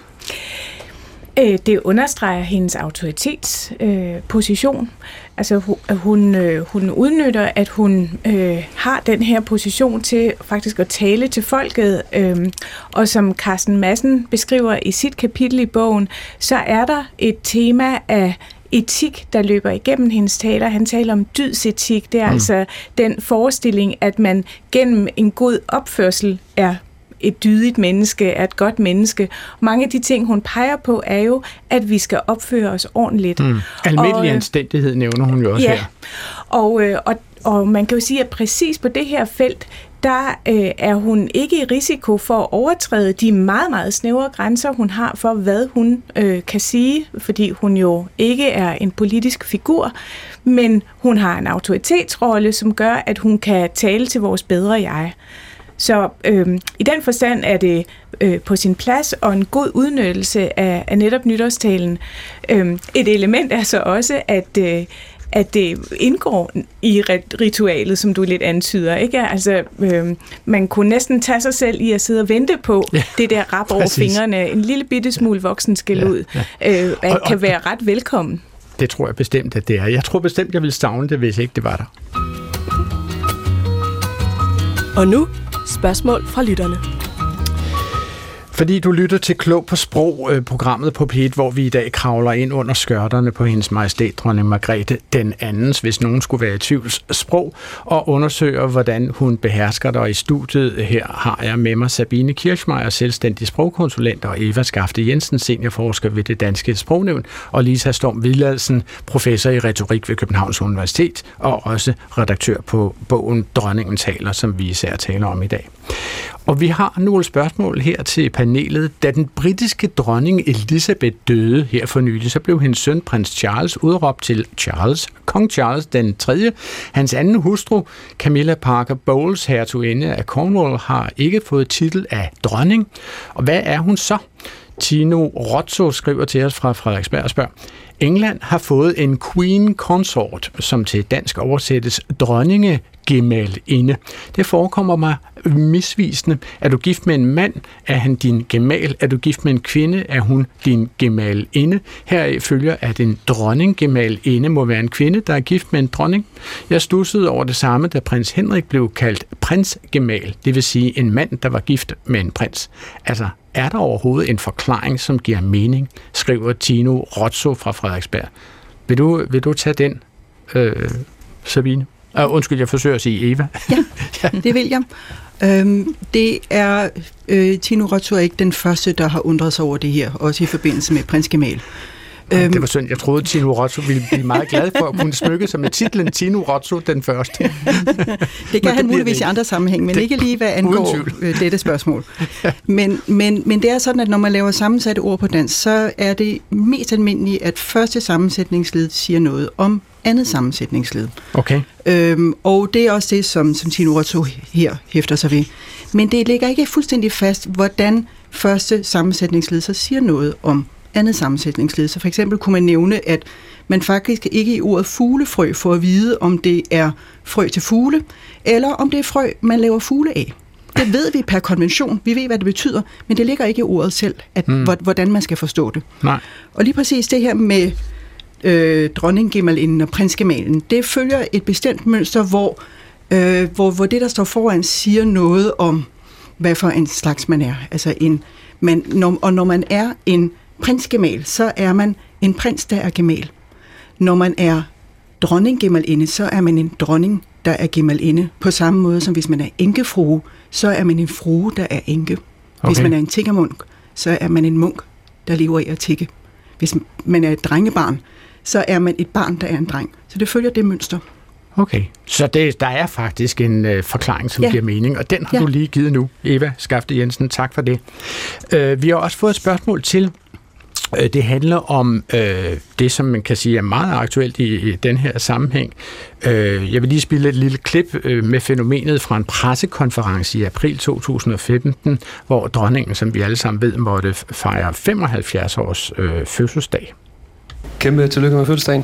[SPEAKER 5] Det understreger hendes autoritetsposition. Altså hun udnytter, at hun har den her position til faktisk at tale til folket. Og som Carsten Madsen beskriver i sit kapitel i bogen, så er der et tema af etik, der løber igennem hendes taler. Han taler om dydsetik. Det er altså den forestilling, at man gennem en god opførsel er et dydigt menneske, er et godt menneske. Mange af de ting, hun peger på, er jo, at vi skal opføre os ordentligt.
[SPEAKER 3] Almindelig anstændighed nævner hun jo også her.
[SPEAKER 5] Og man kan jo sige, at præcis på det her felt, der er hun ikke i risiko for at overtræde de meget, meget snævre grænser, hun har for, hvad hun kan sige, fordi hun jo ikke er en politisk figur, men hun har en autoritetsrolle, som gør, at hun kan tale til vores bedre jeg. Så i den forstand er det på sin plads og en god udnyttelse af netop nytårstalen. Et element er så også, at det indgår i ritualet, som du lidt antyder, ikke? Altså, man kunne næsten tage sig selv i at sidde og vente på det der rap over fingrene. En lille bitte smule voksenskæld kan være ret velkommen.
[SPEAKER 3] Det tror jeg bestemt, at det er. Jeg tror bestemt, jeg ville savne det, hvis ikke det var der.
[SPEAKER 7] Og nu spørgsmål fra lytterne.
[SPEAKER 3] Fordi du lytter til Klog på Sprog, programmet på P1, hvor vi i dag kravler ind under skørterne på hendes majestæt dronning Margrethe den andens, hvis nogen skulle være i tvivls, sprog, og undersøger, hvordan hun behersker det. Og i studiet her har jeg med mig Sabine Kirchmeier, selvstændig sprogkonsulent, og Eva Skafte Jensen, seniorforsker ved det Danske Sprognævn, og Lisa Storm Villadsen, professor i retorik ved Københavns Universitet, og også redaktør på bogen Dronningen taler, som vi især taler om i dag. Og vi har nogle spørgsmål her til panelet. Da den britiske dronning Elizabeth døde her for nylig, så blev hendes søn, prins Charles, udråbt til Kong Charles den 3. Hans anden hustru, Camilla Parker Bowles, hertuginde af Cornwall, har ikke fået titel af dronning. Og hvad er hun så? Tino Rotzo skriver til os fra Frederiksberg og spørger: England har fået en queen consort, som til dansk oversættes dronningegemalinde. Det forekommer mig misvisende. Er du gift med en mand, er han din gemal. Er du gift med en kvinde, er hun din gemalinde. Heraf følger, at en dronninggemalinde må være en kvinde, der er gift med en dronning. Jeg studsede over det samme, da prins Henrik blev kaldt prinsgemal, det vil sige en mand, der var gift med en prins. Altså, er der overhovedet en forklaring, som giver mening, skriver Tino Rotzo fra Frederiksberg. Vil du tage den, Sabine? Undskyld, jeg forsøger at sige Eva.
[SPEAKER 2] Ja, det vil jeg. Det er Tino Rotzo er ikke den første, der har undret sig over det her, også i forbindelse med prins Kemal.
[SPEAKER 3] Det var synd. Jeg troede, Tino Rotzo ville blive meget glad for at kunne smykke sig med titlen Tino Rotzo den første.
[SPEAKER 2] Det kan han muligvis i andre sammenhæng, men ikke lige hvad angår dette spørgsmål. Men det er sådan, at når man laver sammensatte ord på dansk, så er det mest almindeligt, at første sammensætningsled siger noget om andet sammensætningsled.
[SPEAKER 3] Okay.
[SPEAKER 2] Og det er også det, som Tino Rotzo her hæfter sig ved. Men det ligger ikke fuldstændig fast, hvordan første sammensætningsled så siger noget om andet sammensætningsled. Så for eksempel kunne man nævne, at man faktisk ikke i ordet fuglefrø får at vide, om det er frø til fugle, eller om det er frø, man laver fugle af. Det ved vi per konvention. Vi ved, hvad det betyder, men det ligger ikke i ordet selv, hvordan man skal forstå det.
[SPEAKER 3] Nej.
[SPEAKER 2] Og lige præcis det her med dronninggemalinden og prinsgemalen, det følger et bestemt mønster, hvor det, der står foran, siger noget om, hvad for en slags man er. Altså når man er en prinsgemal, så er man en prins, der er gemal. Når man er dronninggemalinde, så er man en dronning, der er gemalinde. På samme måde som hvis man er enkefrue, så er man en frue, der er enke. Okay. Hvis man er en tiggermunk, så er man en munk, der lever i at tigge. Hvis man er et drengebarn, så er man et barn, der er en dreng. Så det følger det mønster.
[SPEAKER 3] Okay, så der er faktisk en forklaring, som giver mening, og den har du lige givet nu, Eva Skafte Jensen. Tak for det. Vi har også fået et spørgsmål til. Det handler om det, som man kan sige er meget aktuelt i den her sammenhæng. Jeg vil lige spille et lille klip med fænomenet fra en pressekonference i april 2015, hvor dronningen, som vi alle sammen ved, måtte fejre 75 års fødselsdag.
[SPEAKER 8] Kæmpe tillykke med fødselsdagen.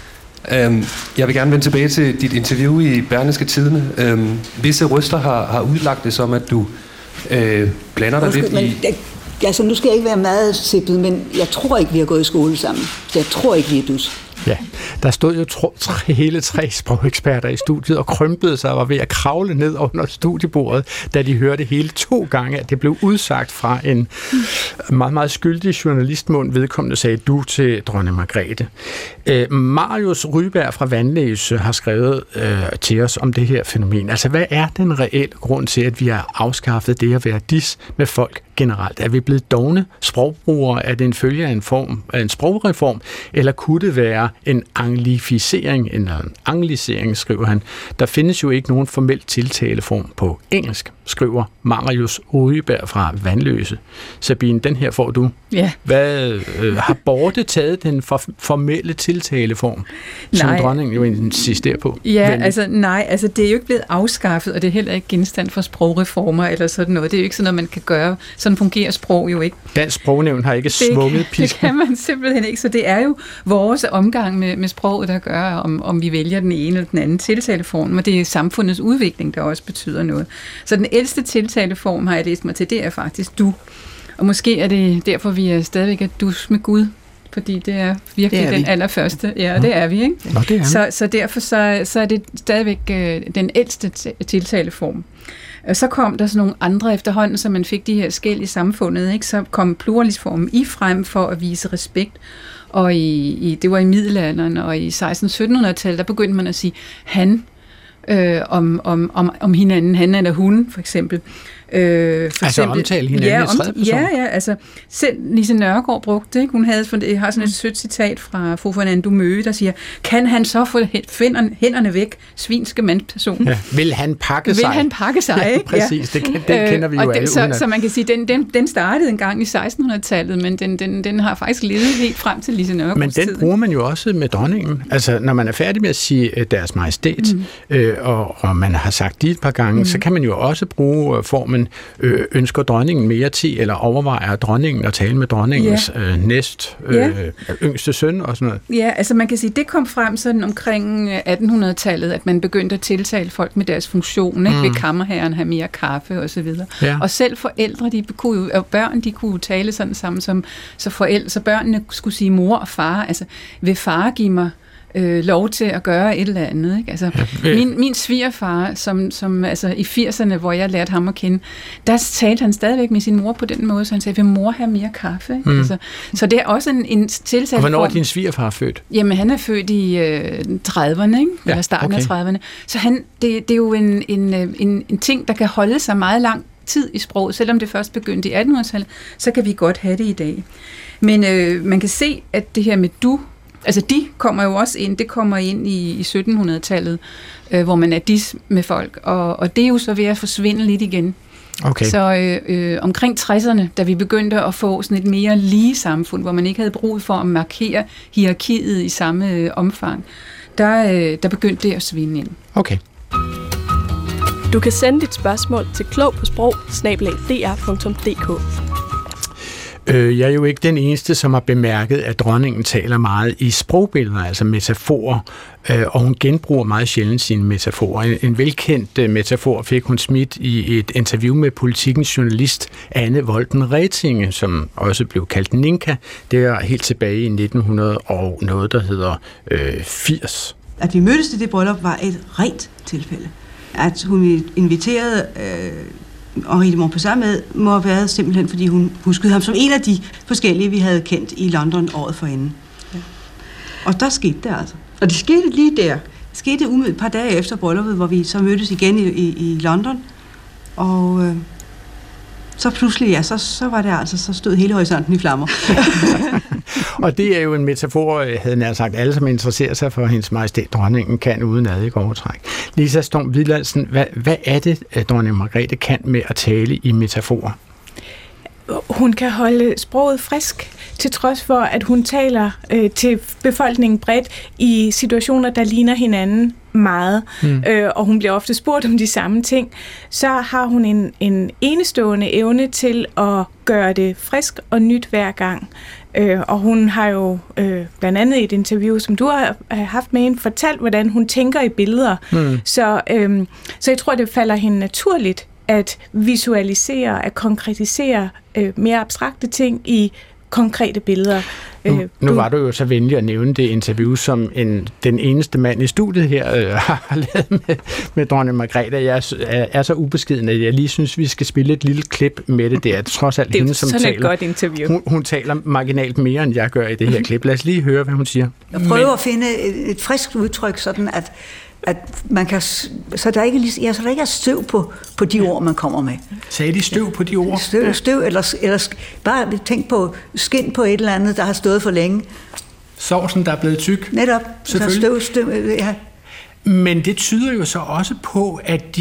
[SPEAKER 8] Jeg vil gerne vende tilbage til dit interview i Berlingske Tidende. Visse røster har udlagt det som, at du blander dig lidt i...
[SPEAKER 9] Altså, nu skal jeg ikke være meget sippet, men jeg tror ikke, vi har gået i skole sammen. Jeg tror ikke, vi er dus.
[SPEAKER 3] Ja, der stod jo hele 3 sprogeksperter i studiet og krympede sig og var ved at kravle ned under studiebordet, da de hørte hele 2 gange, at det blev udsagt fra en meget, meget skyldig journalistmund. Vedkommende sagde du til dronning Margrethe. Marius Ryberg fra Vanlæse har skrevet til os om det her fænomen. Altså, hvad er den reelle grund til, at vi har afskaffet det at være dis med folk generelt? Er vi blevet dovne sprogbrugere? Er det en følge af en sprogreform? Eller kunne det være en anglificering, eller en anglicering, skriver han. Der findes jo ikke nogen formel tiltaleform på engelsk, skriver Marius Ryberg fra Vanløse. Sabine, den her får du.
[SPEAKER 4] Ja.
[SPEAKER 3] Hvad har Borte taget den formelle tiltaleform, som dronningen jo insisterer på?
[SPEAKER 4] Ja, altså det er jo ikke blevet afskaffet, og det er heller ikke genstand for sprogreformer eller sådan noget. Det er jo ikke sådan noget, man kan gøre. Sådan fungerer sprog jo ikke.
[SPEAKER 3] Dansk Sprognævn har ikke svunget pisken.
[SPEAKER 4] Det kan man simpelthen ikke, så det er jo vores omgang med sproget, der gør, om vi vælger den ene eller den anden tiltaleform, og det er samfundets udvikling, der også betyder noget. Så den ældste tiltaleform, har jeg læst mig til, det er faktisk du. Og måske er det derfor, vi er stadigvæk er dus med Gud, fordi det er virkelig den allerførste. Ja, det er vi, ikke?
[SPEAKER 3] Nå, det er vi.
[SPEAKER 4] Så derfor så er det stadigvæk den ældste tiltaleform. Så kom der sådan nogle andre efterhånden, så man fik de her skel i samfundet, ikke? Så kom pluralisformen frem for at vise respekt. Og det var i middelalderen, og i 1600-1700-tallet, der begyndte man at sige han om hinanden, han eller hun, for eksempel.
[SPEAKER 3] Omtale hinanden i tredje person?
[SPEAKER 4] Ja, altså selv Lise Nørgaard brugte det, ikke? Hun har sådan et sødt citat fra fru Fernando Møge, der siger, kan han så få hænderne væk, svinske mandsperson?
[SPEAKER 3] Ja, vil han pakke sig?
[SPEAKER 4] Vil han pakke sig, ikke?
[SPEAKER 3] Præcis, det kender vi jo alle.
[SPEAKER 4] Så man kan sige, den startede engang i 1600-tallet, men den har faktisk levet helt frem til Lise Nørgaards
[SPEAKER 3] Men den bruger man jo også med dronningen. Altså, når man er færdig med at sige deres majestæt, og man har sagt det et par gange, så kan man jo også bruge formen ønsker dronningen mere tid, eller overvejer dronningen at tale med dronningens yngste søn og sådan noget? Ja,
[SPEAKER 4] altså man kan sige, det kom frem sådan omkring 1800-tallet, at man begyndte at tiltale folk med deres funktion, ikke? Ved kammerherren have mere kaffe og så videre. Ja. Og selv forældre, børn, de kunne tale sådan sammen som så børnene skulle sige mor og far, altså vil far give mig lov til at gøre et eller andet. Ikke? Altså, min svigerfar, som altså i 80'erne, hvor jeg lærte ham at kende, der talte han stadigvæk med sin mor på den måde, så han sagde, vil mor have mere kaffe? Ikke? Altså, så det er også en tiltale.
[SPEAKER 3] Og hvornår er din svigerfar født?
[SPEAKER 4] Jamen, han er født i 30'erne, ikke? Eller starten af 30'erne. Så det er jo en ting, der kan holde sig meget lang tid i sproget, selvom det først begyndte i 1800-tallet, så kan vi godt have det i dag. Men man kan se, at det her med du, altså de kommer jo også ind, det kommer ind i 1700-tallet, hvor man er dis med folk, og det er jo så ved at forsvinde lidt igen.
[SPEAKER 3] Okay.
[SPEAKER 4] Så omkring 60'erne, da vi begyndte at få sådan et mere lige samfund, hvor man ikke havde brug for at markere hierarkiet i samme omfang, der begyndte det at svinde ind.
[SPEAKER 3] Okay.
[SPEAKER 7] Du kan sende dit spørgsmål til klogpåsprog@dr.dk.
[SPEAKER 3] Jeg er jo ikke den eneste, som har bemærket, at dronningen taler meget i sprogbilleder, altså metaforer, og hun genbruger meget sjældent sine metaforer. En velkendt metafor fik hun smidt i et interview med Politikens journalist Anne Volten Rætinge, som også blev kaldt Ninka. Det er helt tilbage i 1900 og noget, der hedder 80.
[SPEAKER 6] At vi mødtes til det bryllup var et rent tilfælde. At hun inviterede Henri de Montpessat med, må have været simpelthen, fordi hun huskede ham som en af de forskellige, vi havde kendt i London året forinden. Ja. Og der skete det altså. Og det skete lige der. Det skete et par dage efter brylluppet, hvor vi så mødtes igen i London. Og så pludselig, ja, så var det altså, så stod hele horisonten i flammer.
[SPEAKER 3] Og det er jo en metafor, havde nær sagt, alle, som interesserer sig for hendes majestæt, dronningen, kan uden adik overtræk. Lisa Storm Willadsen, hvad er det, dronning Margrethe kan med at tale i metaforer?
[SPEAKER 5] Hun kan holde sproget frisk, til trods for, at hun taler til befolkningen bredt i situationer, der ligner hinanden meget, og hun bliver ofte spurgt om de samme ting, så har hun en enestående evne til at gøre det frisk og nyt hver gang. Og hun har jo blandt andet i et interview, som du har haft med hende, fortalt, hvordan hun tænker i billeder. Så jeg tror, det falder hende naturligt at visualisere, at konkretisere mere abstrakte ting i konkrete billeder.
[SPEAKER 3] Nu var du jo så venlig at nævne det interview, som den eneste mand i studiet her har lavet med dronning Margrethe. Jeg er så ubeskeden, at jeg lige synes, vi skal spille et lille klip med det. Det er trods alt hende, som taler. Det er sådan et godt interview. Hun taler marginalt mere, end jeg gør i det her klip. Lad os lige høre, hvad hun siger.
[SPEAKER 9] Jeg prøver at finde et friskt udtryk, sådan at man kan, så der ikke er støv på de ord, man kommer med.
[SPEAKER 3] Sagde de støv på de ord?
[SPEAKER 9] Støv eller bare tænk på skin på et eller andet, der har stået for længe.
[SPEAKER 3] Sovsen, der er blevet tyk?
[SPEAKER 9] Netop. Støv, ja.
[SPEAKER 3] Men det tyder jo så også på, at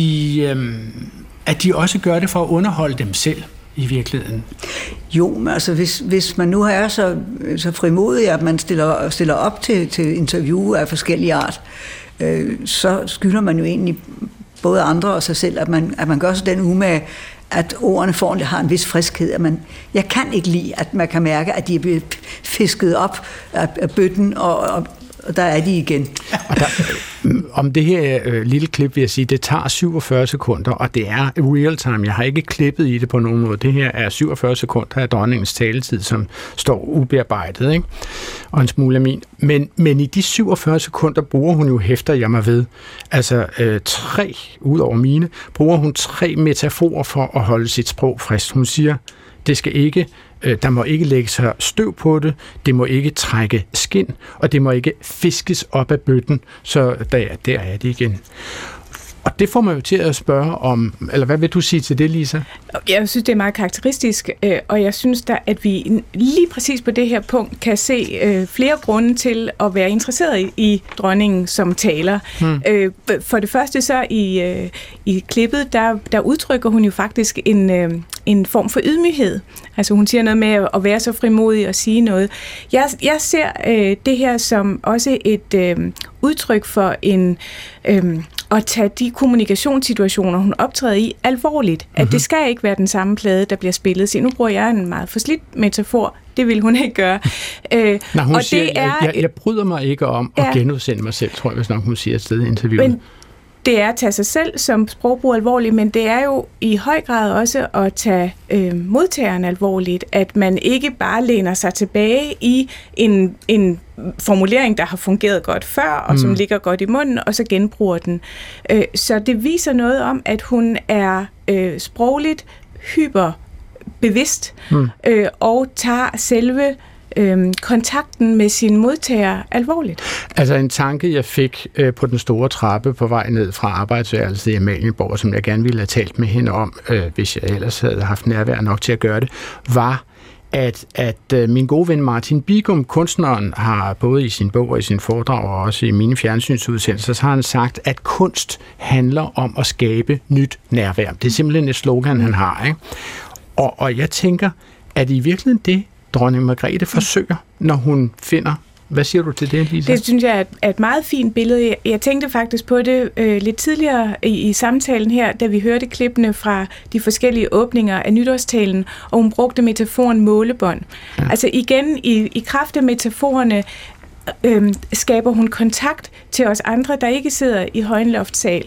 [SPEAKER 3] de også gør det for at underholde dem selv i virkeligheden.
[SPEAKER 9] Jo, men altså hvis man nu er så frimodig, at man stiller op til interview af forskellige art, så skylder man jo egentlig både andre og sig selv, at man gør sig den umage, at ordene har en vis friskhed. Jeg kan ikke lide, at man kan mærke, at de er blevet fisket op af bøtten, og der er de igen.
[SPEAKER 3] Om det her lille klip vil jeg sige, det tager 47 sekunder, og det er real time. Jeg har ikke klippet i det på nogen måde. Det her er 47 sekunder af dronningens taletid, som står ubearbejdet, ikke? Og en smule af min. Men i de 47 sekunder bruger hun jo, hæfter jeg mig ved, altså 3, ud over mine, bruger hun 3 metaforer for at holde sit sprog frisk. Hun siger, det skal ikke, der må ikke lægge sig støv på det, det må ikke trække skind, og det må ikke fiskes op af bøtten, så der er det igen. Og det får mig jo til at spørge om, eller hvad vil du sige til det, Lisa?
[SPEAKER 5] Jeg synes, det er meget karakteristisk, og jeg synes da, at vi lige præcis på det her punkt kan se flere grunde til at være interesseret i dronningen som taler. For det første så i klippet, der udtrykker hun jo faktisk en form for ydmyghed. Altså hun siger noget med at være så frimodig og sige noget. Jeg ser det her som også et udtryk for at tage de kommunikationssituationer, hun optræder i, alvorligt. At det skal ikke være den samme plade, der bliver spillet. Se, nu bruger jeg en meget forslidt metafor. Det vil hun ikke gøre.
[SPEAKER 3] Når hun siger, jeg bryder mig ikke om at genudsende mig selv, tror jeg, hvis nok hun siger et sted i interviewet.
[SPEAKER 5] Men det er at tage sig selv som sprogbrug alvorligt, men det er jo i høj grad også at tage modtageren alvorligt, at man ikke bare læner sig tilbage i en formulering, der har fungeret godt før, og som ligger godt i munden, og så genbruger den. Så det viser noget om, at hun er sprogligt hyperbevidst, og tager selve kontakten med sin modtager alvorligt.
[SPEAKER 3] Altså en tanke, jeg fik på den store trappe på vej ned fra arbejdsværelset i Amalienborg, som jeg gerne ville have talt med hende om, hvis jeg ellers havde haft nærvær nok til at gøre det, var, at min gode ven Martin Bigum, kunstneren, har både i sin bog og i sin foredrag og også i mine fjernsynsudsendelser, så har han sagt, at kunst handler om at skabe nyt nærvær. Det er simpelthen et slogan, han har, ikke? Og jeg tænker, at i virkeligheden det, dronning Margrethe forsøger, når hun finder Hvad siger du til det, Lisa?
[SPEAKER 5] Det synes jeg er et meget fint billede. Jeg tænkte faktisk på det lidt tidligere i samtalen her, da vi hørte klippene fra de forskellige åbninger af nytårstalen, og hun brugte metaforen målebånd. Ja. Altså igen, i kraft af metaforerne, skaber hun kontakt til os andre, der ikke sidder i Højenloftsal,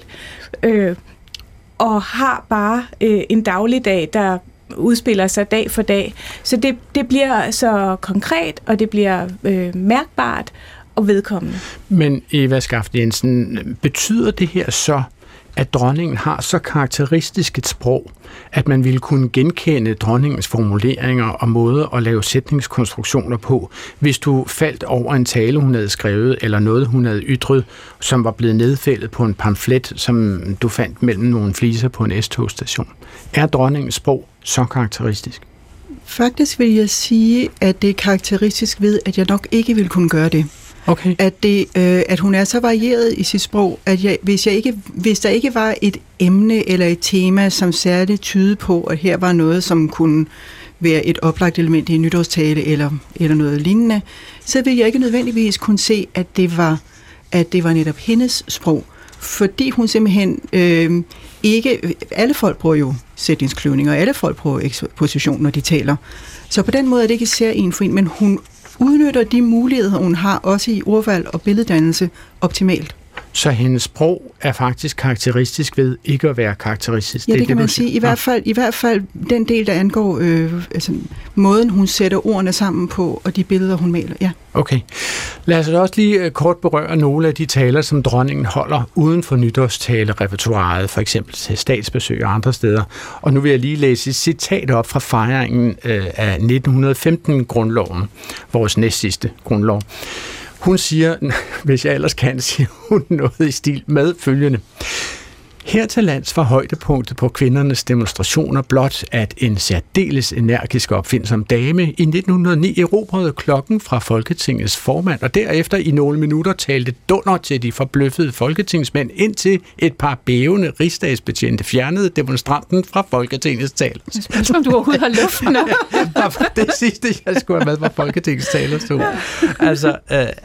[SPEAKER 5] og har bare en dagligdag, der udspiller sig dag for dag. Så det bliver så konkret, og det bliver mærkbart og vedkommende.
[SPEAKER 3] Men Eva Skafte Jensen, betyder det her så, at dronningen har så karakteristisk et sprog, at man ville kunne genkende dronningens formuleringer og måder at lave sætningskonstruktioner på, hvis du faldt over en tale, hun havde skrevet, eller noget, hun havde ytret, som var blevet nedfældet på en pamflet, som du fandt mellem nogle fliser på en S-togstation? Er dronningens sprog så karakteristisk?
[SPEAKER 2] Faktisk vil jeg sige, at det er karakteristisk ved, at jeg nok ikke vil kunne gøre det.
[SPEAKER 3] Okay.
[SPEAKER 2] At hun er så varieret i sit sprog, at hvis der ikke var et emne eller et tema, som særligt tydede på, at her var noget, som kunne være et oplagt element i en nytårstale eller noget lignende, så ville jeg ikke nødvendigvis kunne se, at det var netop hendes sprog. Fordi hun simpelthen ikke... Alle folk bruger jo sætningsklyvninger, og alle folk bruger eksposition, når de taler. Så på den måde er det ikke især en for en, men hun udnytter de muligheder, hun har, også i ordvalg og billeddannelse, optimalt.
[SPEAKER 3] Så hendes sprog er faktisk karakteristisk ved ikke at være karakteristisk?
[SPEAKER 2] Ja, det kan man sige. I hvert fald den del, der angår måden, hun sætter ordene sammen på, og de billeder, hun maler. Ja.
[SPEAKER 3] Okay. Lad os også lige kort berøre nogle af de taler, som dronningen holder uden for nytårstale-repertoiret, for eksempel til statsbesøg og andre steder. Og nu vil jeg lige læse et citat op fra fejringen af 1915-grundloven, vores næstsidste grundlov. Hun siger, hvis jeg ellers kan, siger hun noget i stil med følgende. Her til lands var højdepunktet på kvindernes demonstrationer blot, at en særdeles energisk opfindsom dame i 1909 erobrede klokken fra Folketingets formand, og derefter i nogle minutter talte dunder til de forbløffede folketingsmænd, indtil et par bævende rigsdagsbetjente fjernede demonstranten fra Folketingets tale.
[SPEAKER 4] Spørgsmål, om du overhovedet har luften op.
[SPEAKER 3] Det sidste, jeg skulle have med, var Folketingets talerstol. Altså,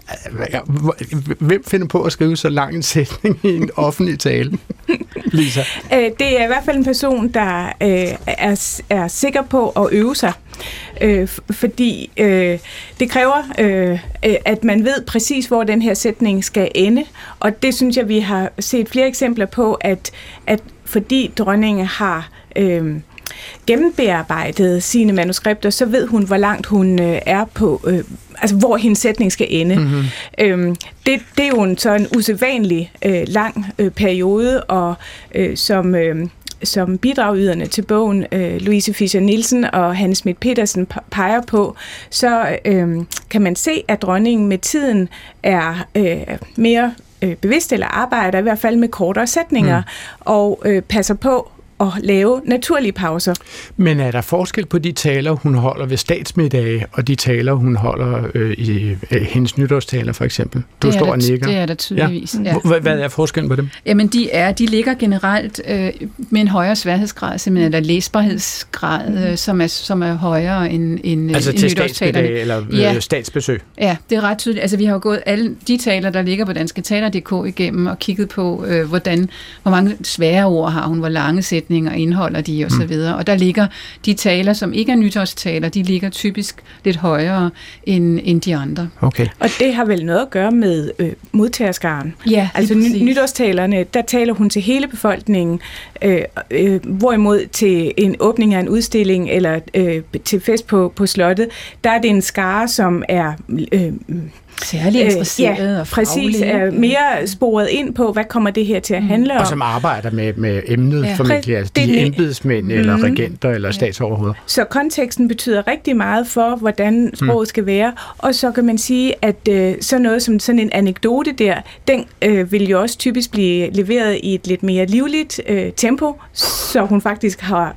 [SPEAKER 3] hvem finder på at skrive så lang en sætning i en offentlig tale? Lisa?
[SPEAKER 5] Det er i hvert fald en person, der er sikker på at øve sig. Fordi det kræver, at man ved præcis, hvor den her sætning skal ende. Og det synes jeg, vi har set flere eksempler på, at fordi dronningen har gennembearbejdet sine manuskripter, så ved hun, hvor langt hun er på, altså hvor hendes sætning skal ende. Mm-hmm. Det er jo så en usædvanlig lang periode, og som bidragyderne til bogen, Louise Fischer Nielsen og Hanne Schmidt Petersen peger på, så kan man se, at dronningen med tiden er mere bevidst eller arbejder i hvert fald med kortere sætninger, og passer på at lave naturlige pauser.
[SPEAKER 3] Men er der forskel på de taler, hun holder ved statsmiddage, og de taler, hun holder i hendes nytårstaler, for eksempel? Du står og nikker.
[SPEAKER 4] Det er der tydeligvis.
[SPEAKER 3] Ja. Ja. Hvad er forskellen på dem?
[SPEAKER 4] Jamen, de ligger generelt med en højere sværhedsgrad, simpelthen, eller læsbarhedsgrad, som er højere end
[SPEAKER 3] altså til statsmiddage eller statsbesøg?
[SPEAKER 4] Ja, det er ret tydeligt. Altså, vi har jo gået alle de taler, der ligger på dansketaler.dk igennem, og kigget på, hvor mange svære ord har hun, hvor lange sætninger indeholder de og så videre. Og der ligger de taler, som ikke er nytårstaler, de ligger typisk lidt højere end de andre.
[SPEAKER 3] Okay.
[SPEAKER 5] Og det har vel noget at gøre med modtagerskaren.
[SPEAKER 4] Ja,
[SPEAKER 5] altså nytårstalerne, der taler hun til hele befolkningen, hvorimod til en åbning af en udstilling eller til fest på slottet, der er det en skare, som er
[SPEAKER 4] særlig interesseret og
[SPEAKER 5] præcis, er mere sporet ind på, hvad kommer det her til at handle om.
[SPEAKER 3] Og som arbejder med emnet formentlig, altså de embedsmænd eller regenter eller statsoverhoveder.
[SPEAKER 5] Så konteksten betyder rigtig meget for, hvordan sproget skal være, og så kan man sige, at sådan noget som sådan en anekdote der, den vil jo også typisk blive leveret i et lidt mere livligt tempo, så hun faktisk har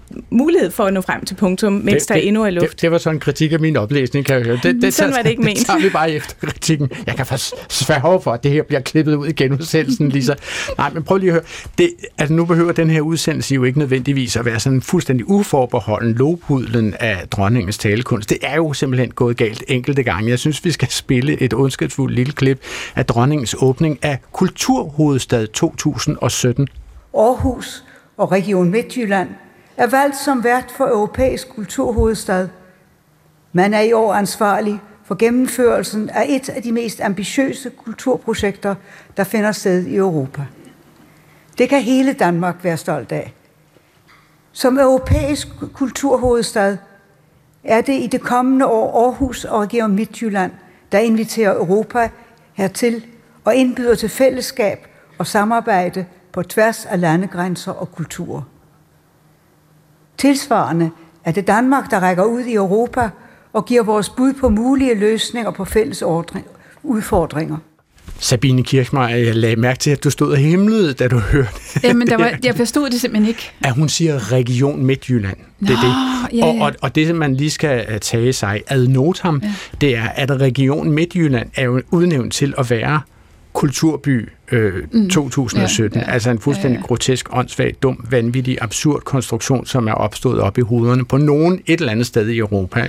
[SPEAKER 5] mulighed for at nå frem til punktum, mens der endnu er luft.
[SPEAKER 3] Det var så en kritik af min oplæsning, kan jeg høre.
[SPEAKER 5] Sådan var det ikke ment.
[SPEAKER 3] Det tager vi bare efter kritikken. Jeg kan svære for, at det her bliver klippet ud i genudsendelsen, Lisa. Nej, men prøv lige at høre. Nu behøver den her udsendelse jo ikke nødvendigvis at være sådan en fuldstændig uforbeholden lovpudlen af dronningens talekunst. Det er jo simpelthen gået galt enkelte gange. Jeg synes, vi skal spille et ondskabsfuldt lille klip af dronningens åbning af Kulturhovedstad 2017.
[SPEAKER 6] Aarhus og Region Midtjylland er valgt som vært for Europæisk Kulturhovedstad. Man er i år ansvarlig for gennemførelsen af et af de mest ambitiøse kulturprojekter, der finder sted i Europa. Det kan hele Danmark være stolt af. Som Europæisk Kulturhovedstad er det i det kommende år Aarhus og Region Midtjylland, der inviterer Europa hertil og indbyder til fællesskab og samarbejde på tværs af landegrænser og kulturer. Tilsvarende er det Danmark, der rækker ud i Europa og giver vores bud på mulige løsninger på fælles udfordringer.
[SPEAKER 3] Sabine Kirchmeier, jeg lagde mærke til, at du stod og himlede, da du hørte
[SPEAKER 4] Jamen, jeg forstod det simpelthen ikke.
[SPEAKER 3] At hun siger Region Midtjylland. Det er det.
[SPEAKER 4] Ja.
[SPEAKER 3] Og det, som man lige skal tage sig ad notam, det er, at Region Midtjylland er jo udnævnt til at være kulturby 2017. Altså en fuldstændig grotesk, åndssvagt, dum, vanvittig, absurd konstruktion, som er opstået op i hovederne på nogen et eller andet sted i Europa.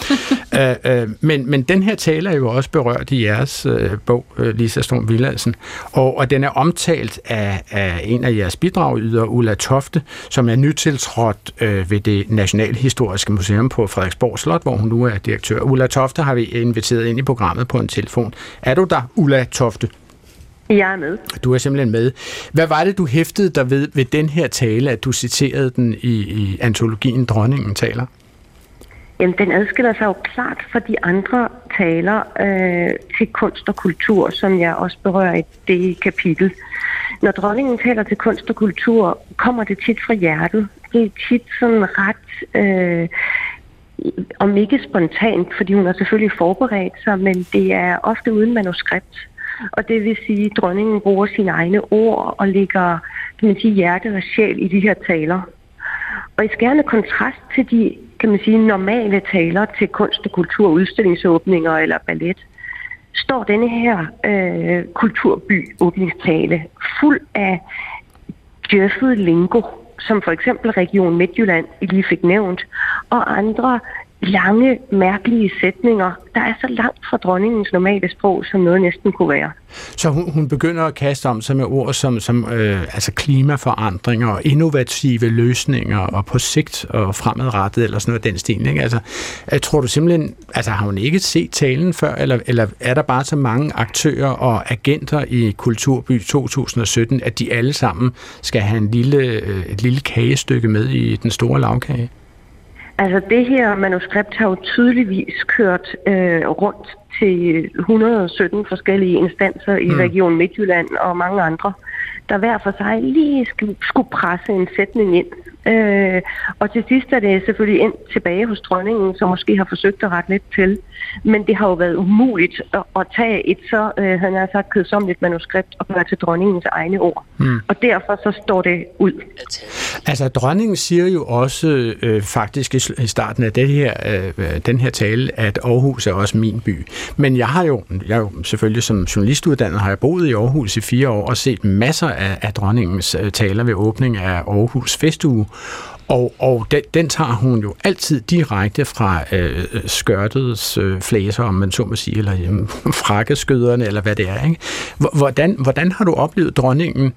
[SPEAKER 3] Men den her tale er jo også berørt i jeres bog, Lisa Storm Villadsen, og den er omtalt af en af jeres bidragydere, Ulla Tofte, som er nytiltrådt ved det Nationalhistoriske Museum på Frederiksborg Slot, hvor hun nu er direktør. Ulla Tofte har vi inviteret ind i programmet på en telefon. Er du der, Ulla Tofte?
[SPEAKER 10] Jeg er med.
[SPEAKER 3] Du er simpelthen med. Hvad var det, du hæftede dig ved den her tale, at du citerede den i antologien Dronningen taler?
[SPEAKER 10] Jamen, den adskiller sig jo klart fra de andre taler til kunst og kultur, som jeg også berører i det kapitel. Når dronningen taler til kunst og kultur, kommer det tit fra hjertet. Det er tit sådan ret... om ikke spontant, fordi hun har selvfølgelig forberedt sig, men det er ofte uden manuskript. Og det vil sige, at dronningen bruger sine egne ord og lægger, kan man sige, hjerte og sjæl i de her taler. Og i skærende kontrast til de, kan man sige, normale taler til kunst og kultur, udstillingsåbninger eller ballet, står denne her kulturby-åbningstale fuld af djøffet lingo, som for eksempel Region Midtjylland, I lige fik nævnt, og andre lange, mærkelige sætninger, der er så langt fra dronningens normale sprog, som noget næsten kunne være.
[SPEAKER 3] Så hun begynder at kaste om sig med ord som altså klimaforandringer og innovative løsninger og på sigt og fremadrettet eller sådan noget den stil, ikke? Altså, tror du simpelthen, altså har hun ikke set talen før, eller er der bare så mange aktører og agenter i Kulturby 2017, at de alle sammen skal have et lille kagestykke med i den store lagkage?
[SPEAKER 10] Altså det her manuskript har jo tydeligvis kørt rundt til 117 forskellige instanser i Region Midtjylland og mange andre, der hver for sig lige skulle presse en sætning ind. Og til sidst er det selvfølgelig ind tilbage hos dronningen, som måske har forsøgt at rette lidt til. Men det har jo været umuligt at tage et så, han har sagt, kedsommeligt manuskript og gøre til dronningens egne ord. Og derfor så står det ud.
[SPEAKER 3] Altså dronningen siger jo også faktisk i starten af den her tale, at Aarhus er også min by. Men jeg er jo selvfølgelig som journalistuddannet har jeg boet i Aarhus i 4 år og set masser af dronningens taler ved åbning af Aarhus Festuge. Og den tager hun jo altid direkte fra skørtets flæser, om man så må sige, eller frakkeskøderne, eller hvad det er, ikke? Hvordan har du oplevet dronningen,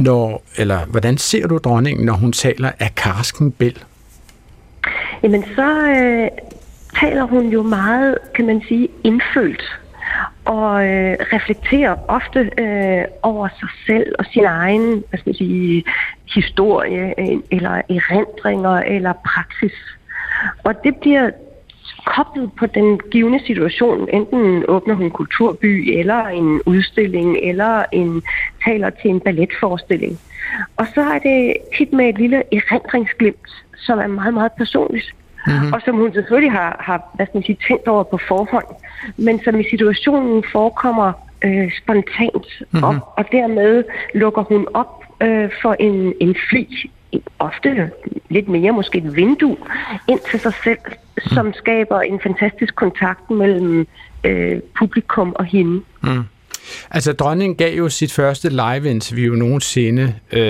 [SPEAKER 3] hvordan ser du dronningen, når hun taler af karsken bæl?
[SPEAKER 10] Jamen så taler hun jo meget, kan man sige, indfølt. Og reflekterer ofte over sig selv og sin egen, hvad skal man sige, historie eller erindringer eller praksis. Og det bliver koblet på den givne situation. Enten åbner hun kulturby eller en udstilling eller taler til en balletforestilling. Og så er det tit med et lille erindringsglimt, som er meget, meget personligt. Mm-hmm. Og som hun selvfølgelig har hvad skal man sige, tænkt over på forhånd, men som i situationen forekommer spontant op, og dermed lukker hun op for en fli ofte lidt mere måske et vindue ind til sig selv, som skaber en fantastisk kontakt mellem publikum og hende.
[SPEAKER 3] Mm. Altså, dronningen gav jo sit første live-interview nogensinde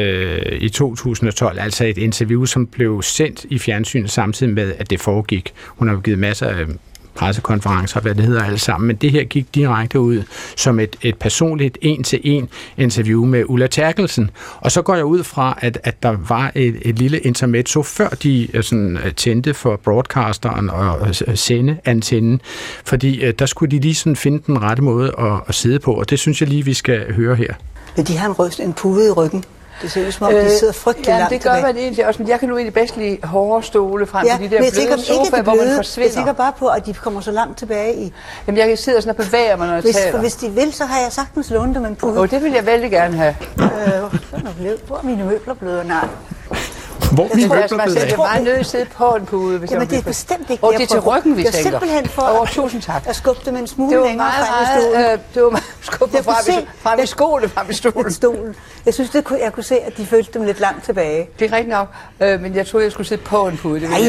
[SPEAKER 3] i 2012, altså et interview, som blev sendt i fjernsynet samtidig med, at det foregik. Hun har jo givet masser af pressekonferencer, hvad det hedder alle sammen, men det her gik direkte ud som et personligt en-til-en interview med Ulla Terkelsen. Og så går jeg ud fra, at der var et lille intermezzo, før de sådan tændte for broadcasteren og sende antennen, fordi der skulle de lige sådan finde den rette måde at sidde på, og det synes jeg lige, vi skal høre her.
[SPEAKER 9] Vil de have en pude i ryggen? Det ser ud som om, de sidder frygtelig langt
[SPEAKER 11] det gør
[SPEAKER 9] tilbage.
[SPEAKER 11] man egentlig også, men jeg kan nu egentlig bedst lide hårde stole frem til de der bløde sofaer, hvor man forsvinder.
[SPEAKER 9] Jeg tænker bare på, at de kommer så langt tilbage i.
[SPEAKER 11] Jamen, jeg sidder sådan og bevæger mig, når jeg taler.
[SPEAKER 9] Hvis de vil, så har jeg sagtens lånt dem en pude.
[SPEAKER 11] Det vil jeg vældig gerne have.
[SPEAKER 9] Hvor er mine møbler blevet? Nej.
[SPEAKER 3] Hvor
[SPEAKER 11] mine møbler blevet? Jeg er meget nødt til at sidde på en pude. Hvis
[SPEAKER 9] jamen, det er bestemt ikke.
[SPEAKER 11] Og det er til ryggen, vi tænker.
[SPEAKER 9] Jeg simpelthen for
[SPEAKER 11] tusind tak.
[SPEAKER 9] At skubbe dem en smule længere frem i stolen.
[SPEAKER 11] Det var meget skubbe frem i skolen, frem i stolen.
[SPEAKER 9] Jeg synes, jeg kunne se, at de følte dem lidt langt tilbage.
[SPEAKER 11] Det er rigtigt nok, men jeg troede, jeg skulle sidde på en pude.
[SPEAKER 9] Nej.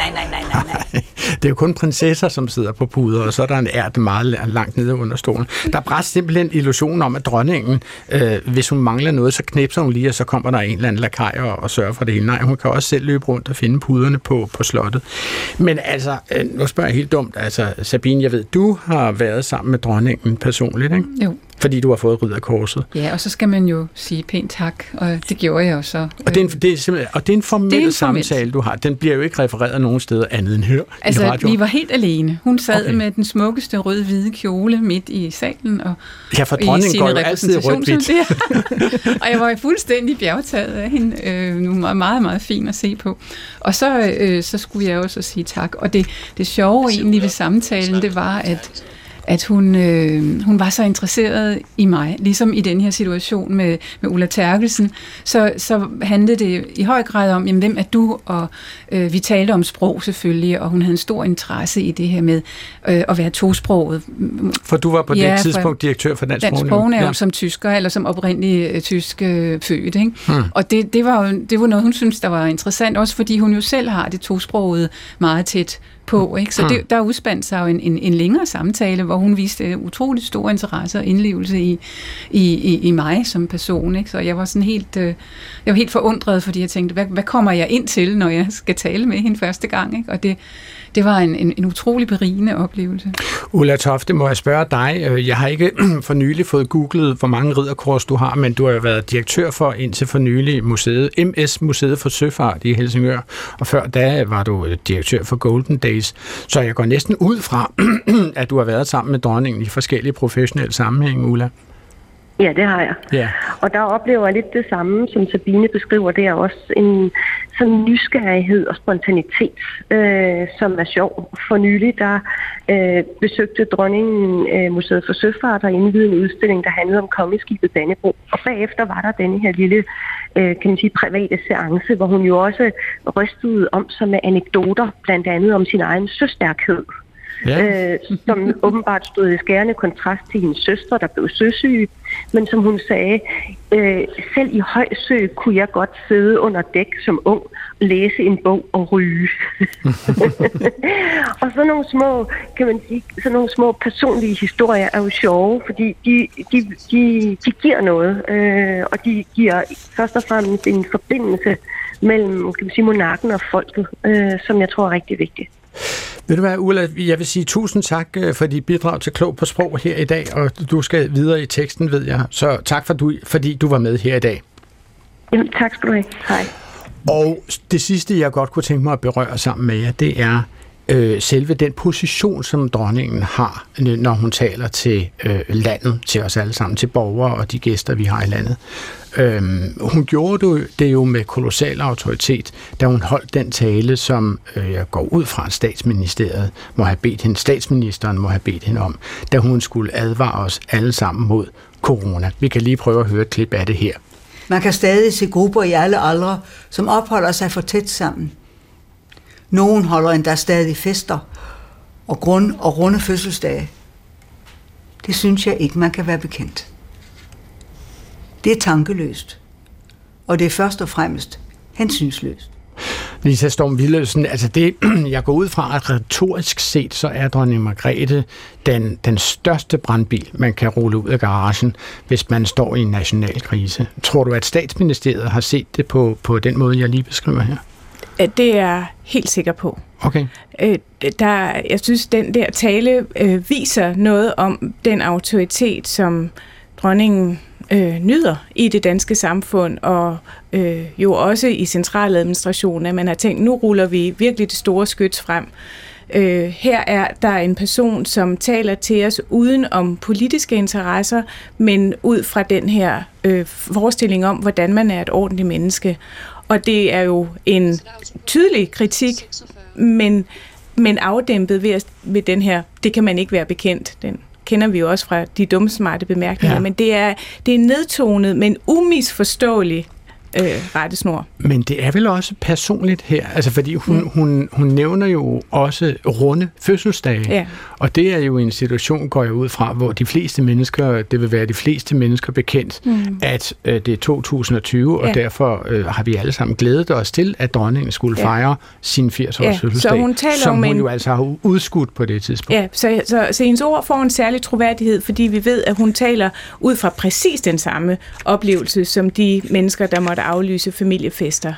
[SPEAKER 3] Det er jo kun prinsesser, som sidder på puder, og så er der en ært meget langt nede under stolen. Der brænder simpelthen illusionen om, at dronningen, hvis hun mangler noget, så knipser hun lige, og så kommer der en eller anden lakaj og sørger for det hele. Nej, hun kan også selv løbe rundt og finde puderne på slottet. Men altså, nu spørger jeg helt dumt, altså Sabine, jeg ved, du har været sammen med dronningen personligt, ikke?
[SPEAKER 4] Jo.
[SPEAKER 3] Fordi du har fået ridderkorset.
[SPEAKER 4] Ja, og så skal man jo sige pænt tak, og det gjorde jeg også.
[SPEAKER 3] Og det er en formel samtale, du har. Den bliver jo ikke refereret nogen steder andet end her
[SPEAKER 4] altså,
[SPEAKER 3] i radioen.
[SPEAKER 4] Vi var helt alene. Hun sad med den smukkeste rød-hvide kjole midt i salen. Og
[SPEAKER 3] ja, for dronningen går jo altid rødt-hvidt.
[SPEAKER 4] Og jeg var fuldstændig bjergtaget af hende. Nu var meget, meget fin at se på. Og så skulle jeg også sige tak. Og det sjove egentlig ved samtalen, det var, at hun var så interesseret i mig, ligesom i den her situation med Ulla Terkelsen, så handlede det i høj grad om, jamen, hvem er du? Og vi talte om sprog selvfølgelig, og hun havde en stor interesse i det her med at være tosproget. For
[SPEAKER 3] du var på det tidspunkt direktør for Dansk
[SPEAKER 4] Sprognævn som tysker, eller som oprindelig tysk født. Ikke? Og det var noget, hun syntes, der var interessant, også fordi hun jo selv har det tosproget meget tæt på, ikke? Så der udspandt sig jo en længere samtale, hvor hun viste utrolig stor interesse og indlevelse i mig som person, ikke? Så jeg var sådan helt forundret, fordi jeg tænkte, hvad kommer jeg ind til, når jeg skal tale med hende første gang, ikke? Og det var en utrolig berigende oplevelse.
[SPEAKER 3] Ulla Tofte, må jeg spørge dig? Jeg har ikke for nylig fået googlet, hvor mange ridderkors du har, men du har jo været direktør for indtil for nylig museet, MS Museet for Søfart i Helsingør, og før da var du direktør for Golden Days. Så jeg går næsten ud fra, at du har været sammen med dronningen i forskellige professionelle sammenhænge, Ulla.
[SPEAKER 10] Ja, det har jeg.
[SPEAKER 3] Yeah.
[SPEAKER 10] Og der oplever jeg lidt det samme, som Sabine beskriver. Det er også en sådan nysgerrighed og spontanitet, som er sjov. For nylig, der besøgte dronningen Museet for Søfart og indvidede en udstilling, der handlede om kongeskibet Dannebrog. Og bagefter var der denne her lille, kan man sige, private seance, hvor hun jo også rystede om sig med anekdoter, blandt andet om sin egen søstærkhed. Ja. Som åbenbart stod i skærende kontrast til hendes søstre, der blev søsyge, men som hun sagde, selv i høj sø kunne jeg godt sidde under dæk som ung, læse en bog og ryge. Og sådan nogle små, kan man sige, sådan nogle små personlige historier er jo sjove, fordi de giver noget, og de giver først og fremmest en forbindelse mellem, kan man sige, monarken og folket, som jeg tror er rigtig vigtigt.
[SPEAKER 3] Ved du hvad, Ulla, jeg vil sige tusind tak for dit bidrag til Klog på Sprog her i dag, og du skal videre i teksten, ved jeg. Så tak fordi du var med her i dag.
[SPEAKER 10] Jamen, tak skal du have. Hej.
[SPEAKER 3] Og det sidste, jeg godt kunne tænke mig at berøre sammen med jer, det er selve den position, som dronningen har, når hun taler til landet, til os alle sammen, til borgere og de gæster, vi har i landet. Hun gjorde det jo med kolossal autoritet, da hun holdt den tale, som jeg går ud fra, statsministeren må have bedt hende om, da hun skulle advare os alle sammen mod corona. Vi kan lige prøve at høre et klip af det her.
[SPEAKER 9] Man kan stadig se grupper i alle aldre, som opholder sig for tæt sammen. Nogen holder endda stadig fester og runde fødselsdage. Det synes jeg ikke, man kan være bekendt. Det er tankeløst, og det er først og fremmest hensynsløst.
[SPEAKER 3] Lisa Storm Villadsen, altså det, jeg går ud fra, at retorisk set, så er dronning Margrethe den største brandbil, man kan rulle ud af garagen, hvis man står i en national krise. Tror du, at statsministeriet har set det på den måde, jeg lige beskriver her?
[SPEAKER 5] Det er jeg helt sikker på.
[SPEAKER 3] Okay.
[SPEAKER 5] Jeg synes, den der tale viser noget om den autoritet, som dronningen nyder i det danske samfund, og jo også i centraladministrationen, at man har tænkt, nu ruller vi virkelig det store skyts frem. Her er der en person, som taler til os uden om politiske interesser, men ud fra den her forestilling om, hvordan man er et ordentligt menneske. Og det er jo en tydelig kritik, men afdæmpet ved den her, det kan man ikke være bekendt, den kender vi jo også fra de dumme, smarte bemærkninger, men det er nedtonet, men umisforståelig rettesnor.
[SPEAKER 3] Men det er vel også personligt her, altså fordi hun nævner jo også runde fødselsdage, og det er jo en situation, går jeg ud fra, hvor de fleste mennesker, det vil være de fleste mennesker bekendt, at det er 2020, og derfor har vi alle sammen glædet os til, at dronningen skulle fejre sin 80-års fødselsdag, som hun jo altså har udskudt på det tidspunkt.
[SPEAKER 5] Ja, så hendes ord får en særlig troværdighed, fordi vi ved, at hun taler ud fra præcis den samme oplevelse, som de mennesker, der måtte aflyse familiefester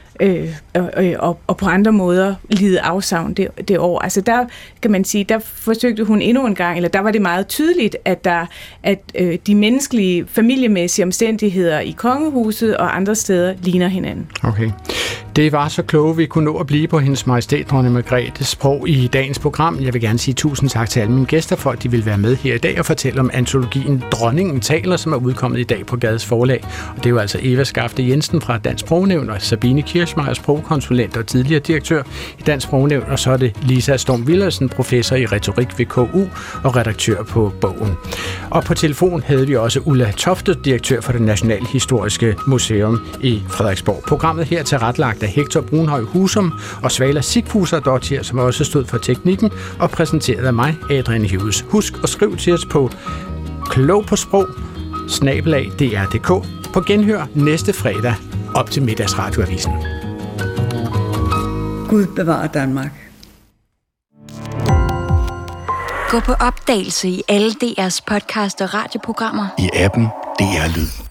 [SPEAKER 5] og på andre måder lide afsavn det år. Altså der kan man sige, der forsøgte hun endnu en gang, eller der var det meget tydeligt, at de menneskelige, familiemæssige omstændigheder i kongehuset og andre steder ligner hinanden.
[SPEAKER 3] Okay. Det var så kloge, vi kunne nå at blive på hendes majestæt, dronning Margrethes sprog i dagens program. Jeg vil gerne sige tusind tak til alle mine gæster for, at de vil være med her i dag og fortælle om antologien Dronningen taler, som er udkommet i dag på Gades Forlag. Og det er jo altså Eva Skafte Jensen fra Dansk Sprognævn og Sabine Kirchmeier, sprogkonsulent og tidligere direktør i Dansk Sprognævn, og så er det Lisa Storm Villadsen, professor i retorik ved KU og redaktør på bogen. Og på telefon havde vi også Ulla Tofte, direktør for det Nationalhistoriske Museum i Frederiksborg. Programmet her tilrettelagt af Hector Brunhøj Husum og Svala Sigfuser-Dottir, som også stod for teknikken, og præsenteret af mig, Adrian Hughes. Husk at skrive til os på klogpåsprog@dr.dk. På genhør næste fredag op til Middagsradioavisen.
[SPEAKER 9] Gud bevarer Danmark.
[SPEAKER 12] Gå på opdagelse i alle DR's podcast og radioprogrammer.
[SPEAKER 13] I appen DR Lyd.